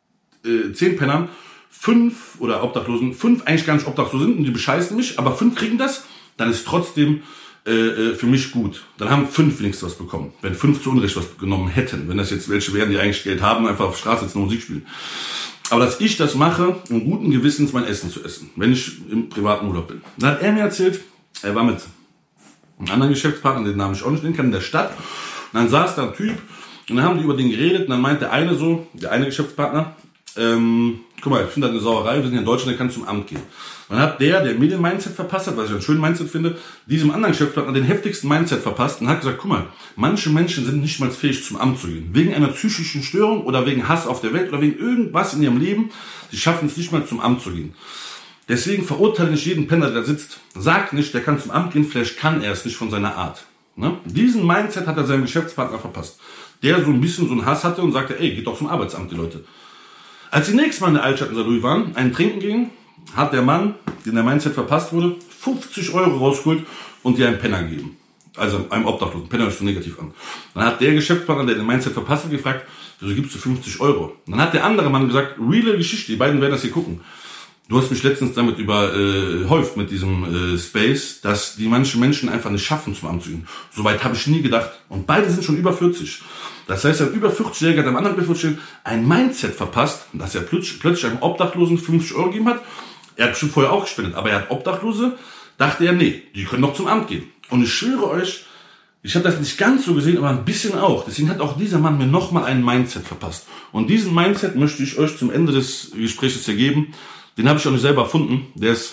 äh, zehn Pennern, fünf oder Obdachlosen, fünf eigentlich gar nicht obdachlos sind und die bescheißen mich, aber fünf kriegen das, dann ist trotzdem äh, für mich gut. Dann haben fünf wenigstens was bekommen. Wenn fünf zu Unrecht was genommen hätten, wenn das jetzt welche wären, die eigentlich Geld haben, einfach auf der Straße sitzen und Musik spielen. Aber dass ich das mache, um guten Gewissens mein Essen zu essen, wenn ich im privaten Urlaub bin. Dann hat er mir erzählt, er war mit einem anderen Geschäftspartner, den Namen ich auch nicht nennen kann, in der Stadt. Und dann saß da ein Typ und dann haben die über den geredet und dann meinte der eine so, der eine Geschäftspartner, ähm, guck mal, ich finde das eine Sauerei, wir sind hier in Deutschland, der kann zum Amt gehen. Dann hat der, der mir den Mindset verpasst hat, was ich einen schönen Mindset finde, diesem anderen Geschäftspartner den heftigsten Mindset verpasst und hat gesagt, guck mal, manche Menschen sind nicht mal fähig zum Amt zu gehen. Wegen einer psychischen Störung oder wegen Hass auf der Welt oder wegen irgendwas in ihrem Leben, sie schaffen es nicht mal zum Amt zu gehen. Deswegen verurteile nicht jeden Penner, der da sitzt. Sag nicht, der kann zum Amt gehen, vielleicht kann er es nicht von seiner Art. Ne? Diesen Mindset hat er seinem Geschäftspartner verpasst. Der so ein bisschen so einen Hass hatte und sagte, ey, geht doch zum Arbeitsamt, die Leute. Als die nächstes Mal in der Altstadt in Saarlouis waren, einen trinken gingen, hat der Mann, den der Mindset verpasst wurde, fünfzig Euro rausgeholt und dir einen Penner gegeben. Also einem Obdachlosen. Penner ist so negativ an. Dann hat der Geschäftspartner, der den Mindset verpasst hat, gefragt, wieso gibst du fünfzig Euro? Dann hat der andere Mann gesagt, reale Geschichte, die beiden werden das hier gucken. Du hast mich letztens damit überhäuft, mit diesem äh, Space, dass die manchen Menschen einfach nicht schaffen, zum Amt zu gehen. Soweit habe ich nie gedacht. Und beide sind schon über vierzig. Das heißt, ein über vierzig-Jähriger hat einem anderen über vierzig ein Mindset verpasst, dass er plötzlich, plötzlich einem Obdachlosen fünfzig Euro gegeben hat. Er hat bestimmt vorher auch gespendet, aber er hat Obdachlose, dachte er, nee, die können doch zum Amt gehen. Und ich schwöre euch, ich habe das nicht ganz so gesehen, aber ein bisschen auch. Deswegen hat auch dieser Mann mir nochmal einen Mindset verpasst. Und diesen Mindset möchte ich euch zum Ende des Gesprächs hier geben. Den habe ich auch nicht selber erfunden. Der ist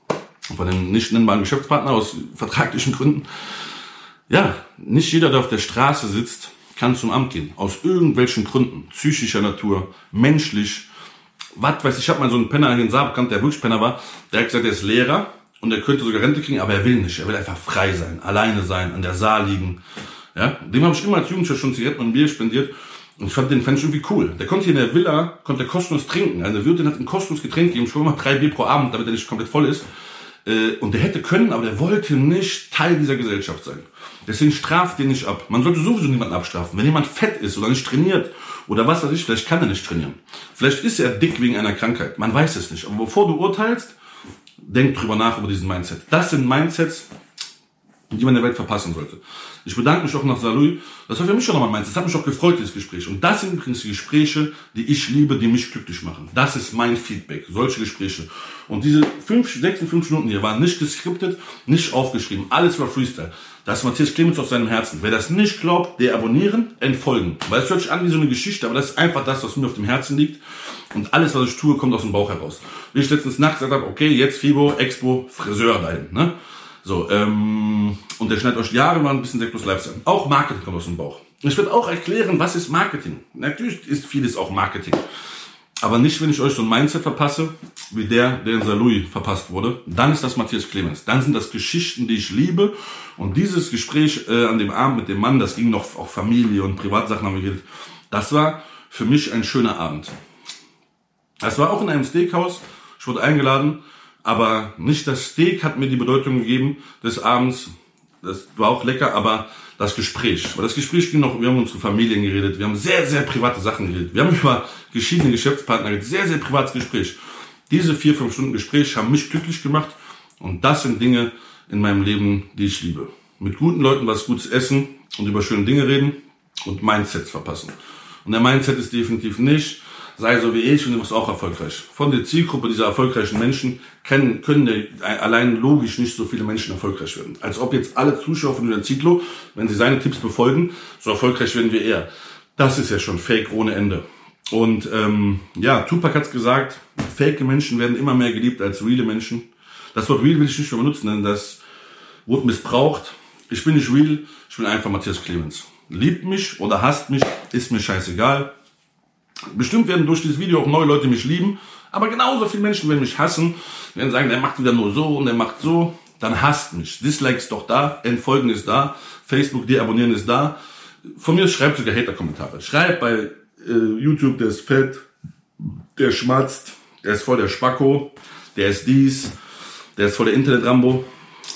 von einem nicht nennbaren Geschäftspartner aus vertraglichen Gründen. Ja, nicht jeder, der auf der Straße sitzt, kann zum Amt gehen. Aus irgendwelchen Gründen. Psychischer Natur, menschlich. Was weiß ich, ich habe mal so einen Penner hier in Saar bekannt, der wirklich Penner war. Der hat gesagt, er ist Lehrer und er könnte sogar Rente kriegen, aber er will nicht. Er will einfach frei sein, alleine sein, an der Saar liegen. Ja, dem habe ich immer als Jugendlicher schon Zigaretten und Bier spendiert. Und ich fand den fand ich irgendwie cool. Der konnte hier in der Villa, konnte kostenlos trinken. Eine Wirtin hat ein kostenloses Getränk gegeben, schon mal drei Bier pro Abend, damit er nicht komplett voll ist. Und der hätte können, aber der wollte nicht Teil dieser Gesellschaft sein. Deswegen straft den nicht ab. Man sollte sowieso niemanden abstrafen. Wenn jemand fett ist oder nicht trainiert oder was weiß ich, vielleicht kann er nicht trainieren. Vielleicht ist er dick wegen einer Krankheit. Man weiß es nicht. Aber bevor du urteilst, denk drüber nach über diesen Mindset. Das sind Mindsets, die man in der Welt verpassen sollte. Ich bedanke mich auch nach Saarlouis. Das war für mich schon nochmal meins. Das hat mich auch gefreut, dieses Gespräch. Und das sind übrigens die Gespräche, die ich liebe, die mich glücklich machen. Das ist mein Feedback. Solche Gespräche. Und diese fünf, sechsundfünfzig Minuten hier waren nicht geskriptet, nicht aufgeschrieben. Alles war Freestyle. Das ist Matthias Clemens aus seinem Herzen. Wer das nicht glaubt, der abonnieren, entfolgen. Weil es hört sich an wie so eine Geschichte, aber das ist einfach das, was mir auf dem Herzen liegt. Und alles, was ich tue, kommt aus dem Bauch heraus. Wie ich letztens nachts gesagt habe, okay, jetzt Fibo, Expo, Friseur dahin, ne? So, ähm, und der schneidet euch jahrelang ein bisschen Sekt plus Lifestyle. Auch Marketing kommt aus dem Bauch. Ich werde auch erklären, was ist Marketing. Natürlich ist vieles auch Marketing. Aber nicht, wenn ich euch so ein Mindset verpasse, wie der, der in Saarlouis verpasst wurde. Dann ist das Matthias Clemens. Dann sind das Geschichten, die ich liebe. Und dieses Gespräch äh, an dem Abend mit dem Mann, das ging noch auf Familie und Privatsachen haben wir geredet. Das war für mich ein schöner Abend. Das war auch in einem Steakhouse. Ich wurde eingeladen. Aber nicht das Steak hat mir die Bedeutung gegeben des Abends. Das war auch lecker, aber das Gespräch. Weil das Gespräch ging noch, wir haben unsere Familien geredet. Wir haben sehr, sehr private Sachen geredet. Wir haben über geschiedene Geschäftspartner geredet. Sehr, sehr privates Gespräch. Diese vier, fünf Stunden Gespräch haben mich glücklich gemacht. Und das sind Dinge in meinem Leben, die ich liebe. Mit guten Leuten was Gutes essen und über schöne Dinge reden und Mindsets verpassen. Und der Mindset ist definitiv nicht, sei so wie ich und du wirst auch erfolgreich. Von der Zielgruppe dieser erfolgreichen Menschen können, können der, allein logisch nicht so viele Menschen erfolgreich werden. Als ob jetzt alle Zuschauer von Julian Zietlow, wenn sie seine Tipps befolgen, so erfolgreich werden wir eher. Das ist ja schon Fake ohne Ende. Und ähm, ja, Tupac hat's gesagt, fake Menschen werden immer mehr geliebt als reale Menschen. Das Wort real will ich nicht mehr benutzen, denn das wurde missbraucht. Ich bin nicht real, ich bin einfach Matthias Clemens. Liebt mich oder hasst mich, ist mir scheißegal. Bestimmt werden durch dieses Video auch neue Leute mich lieben, aber genauso viele Menschen werden mich hassen, werden sagen, der macht wieder nur so und der macht so. Dann hasst mich. Dislike ist doch da, Entfolgen ist da, Facebook deabonnieren ist da. Von mir schreibt sogar Hater-Kommentare. Schreibt bei äh, YouTube, der ist fett, der schmatzt, der ist voll der Spacko, der ist dies, der ist voll der Internet-Rambo.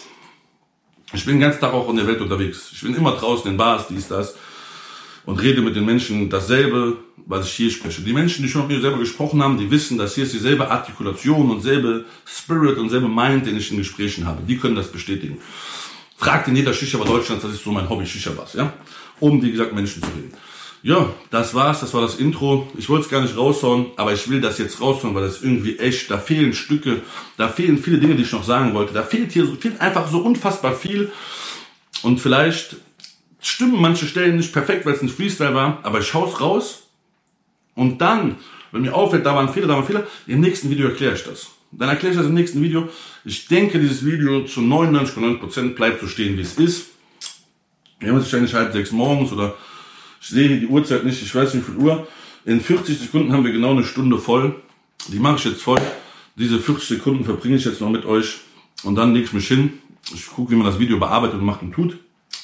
Ich bin den ganzen Tag auch in der Welt unterwegs. Ich bin immer draußen in Bars, dies, das. Und rede mit den Menschen dasselbe, was ich hier spreche. Die Menschen, die schon mit mir selber gesprochen haben, die wissen, dass hier ist dieselbe Artikulation und selbe Spirit und selbe Mind, den ich in Gesprächen habe. Die können das bestätigen. Fragt in jeder Shisha-Bar Deutschlands, das ist so mein Hobby, Shisha-Bars, ja? Um, wie gesagt, Menschen zu reden. Ja, das war's, das war das Intro. Ich wollte es gar nicht raushauen, aber ich will das jetzt raushauen, weil das irgendwie echt, da fehlen Stücke, da fehlen viele Dinge, die ich noch sagen wollte. Da fehlt hier so, fehlt einfach so unfassbar viel. Und vielleicht stimmen manche Stellen nicht perfekt, weil es ein Freestyle war, aber ich hau's raus und dann, wenn mir auffällt, da war ein Fehler, da war ein Fehler, im nächsten Video erkläre ich das. Dann erkläre ich das im nächsten Video. Ich denke, dieses Video zu neunundneunzig Komma neun Prozent bleibt so stehen, wie es ist. Wir haben jetzt wahrscheinlich halb sechs morgens oder ich sehe hier die Uhrzeit nicht, ich weiß nicht wie viel Uhr. In vierzig Sekunden haben wir genau eine Stunde voll. Die mache ich jetzt voll. Diese vierzig Sekunden verbringe ich jetzt noch mit euch und dann lege ich mich hin. Ich gucke, wie man das Video bearbeitet und macht und tut.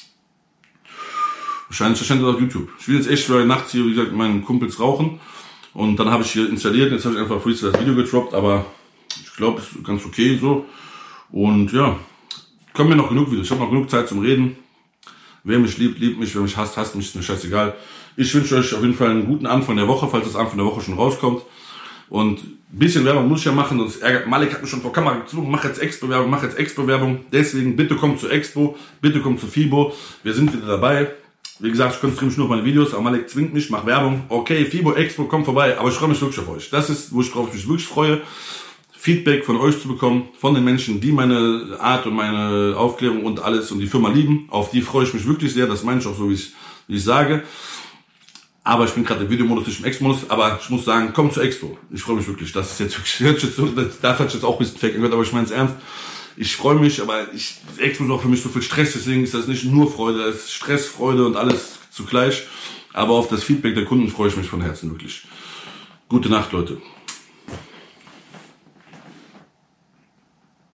Wahrscheinlich wahrscheinlich auf YouTube. Ich will jetzt echt für nachts hier, wie gesagt, mit meinen Kumpels rauchen. Und dann habe ich hier installiert. Jetzt habe ich einfach Freestyle das Video gedroppt, aber ich glaube, es ist ganz okay so. Und ja, kommen mir noch genug Videos. Ich habe noch genug Zeit zum Reden. Wer mich liebt, liebt mich. Wer mich hasst, hasst mich. Ist mir scheißegal. Ich wünsche euch auf jeden Fall einen guten Anfang der Woche, falls das Anfang der Woche schon rauskommt. Und ein bisschen Werbung muss ich ja machen, sonst ärgert Malik hat mich schon vor Kamera gezwungen, mach jetzt Expo-Werbung, mach jetzt Expo-Werbung. Deswegen bitte kommt zur Expo, bitte kommt zu Fibo. Wir sind wieder dabei. Wie gesagt, ich konzentriere mich nur auf meine Videos, aber Malik zwingt mich, mach Werbung. Okay, Fibo, Expo, kommt vorbei, aber ich freue mich wirklich auf euch. Das ist, wo ich drauf mich wirklich freue, Feedback von euch zu bekommen, von den Menschen, die meine Art und meine Aufklärung und alles und die Firma lieben. Auf die freue ich mich wirklich sehr, das meine ich auch so, wie ich, wie ich sage. Aber ich bin gerade im Videomodus, nicht im Expo-Modus, aber ich muss sagen, kommt zur Expo. Ich freue mich wirklich, das ist jetzt wirklich, das hat jetzt auch ein bisschen fake angehört, aber ich meine es ernst. Ich freue mich, aber ich, Expo ist auch für mich so viel Stress, deswegen ist das nicht nur Freude, das ist Stress, Freude und alles zugleich. Aber auf das Feedback der Kunden freue ich mich von Herzen wirklich. Gute Nacht, Leute.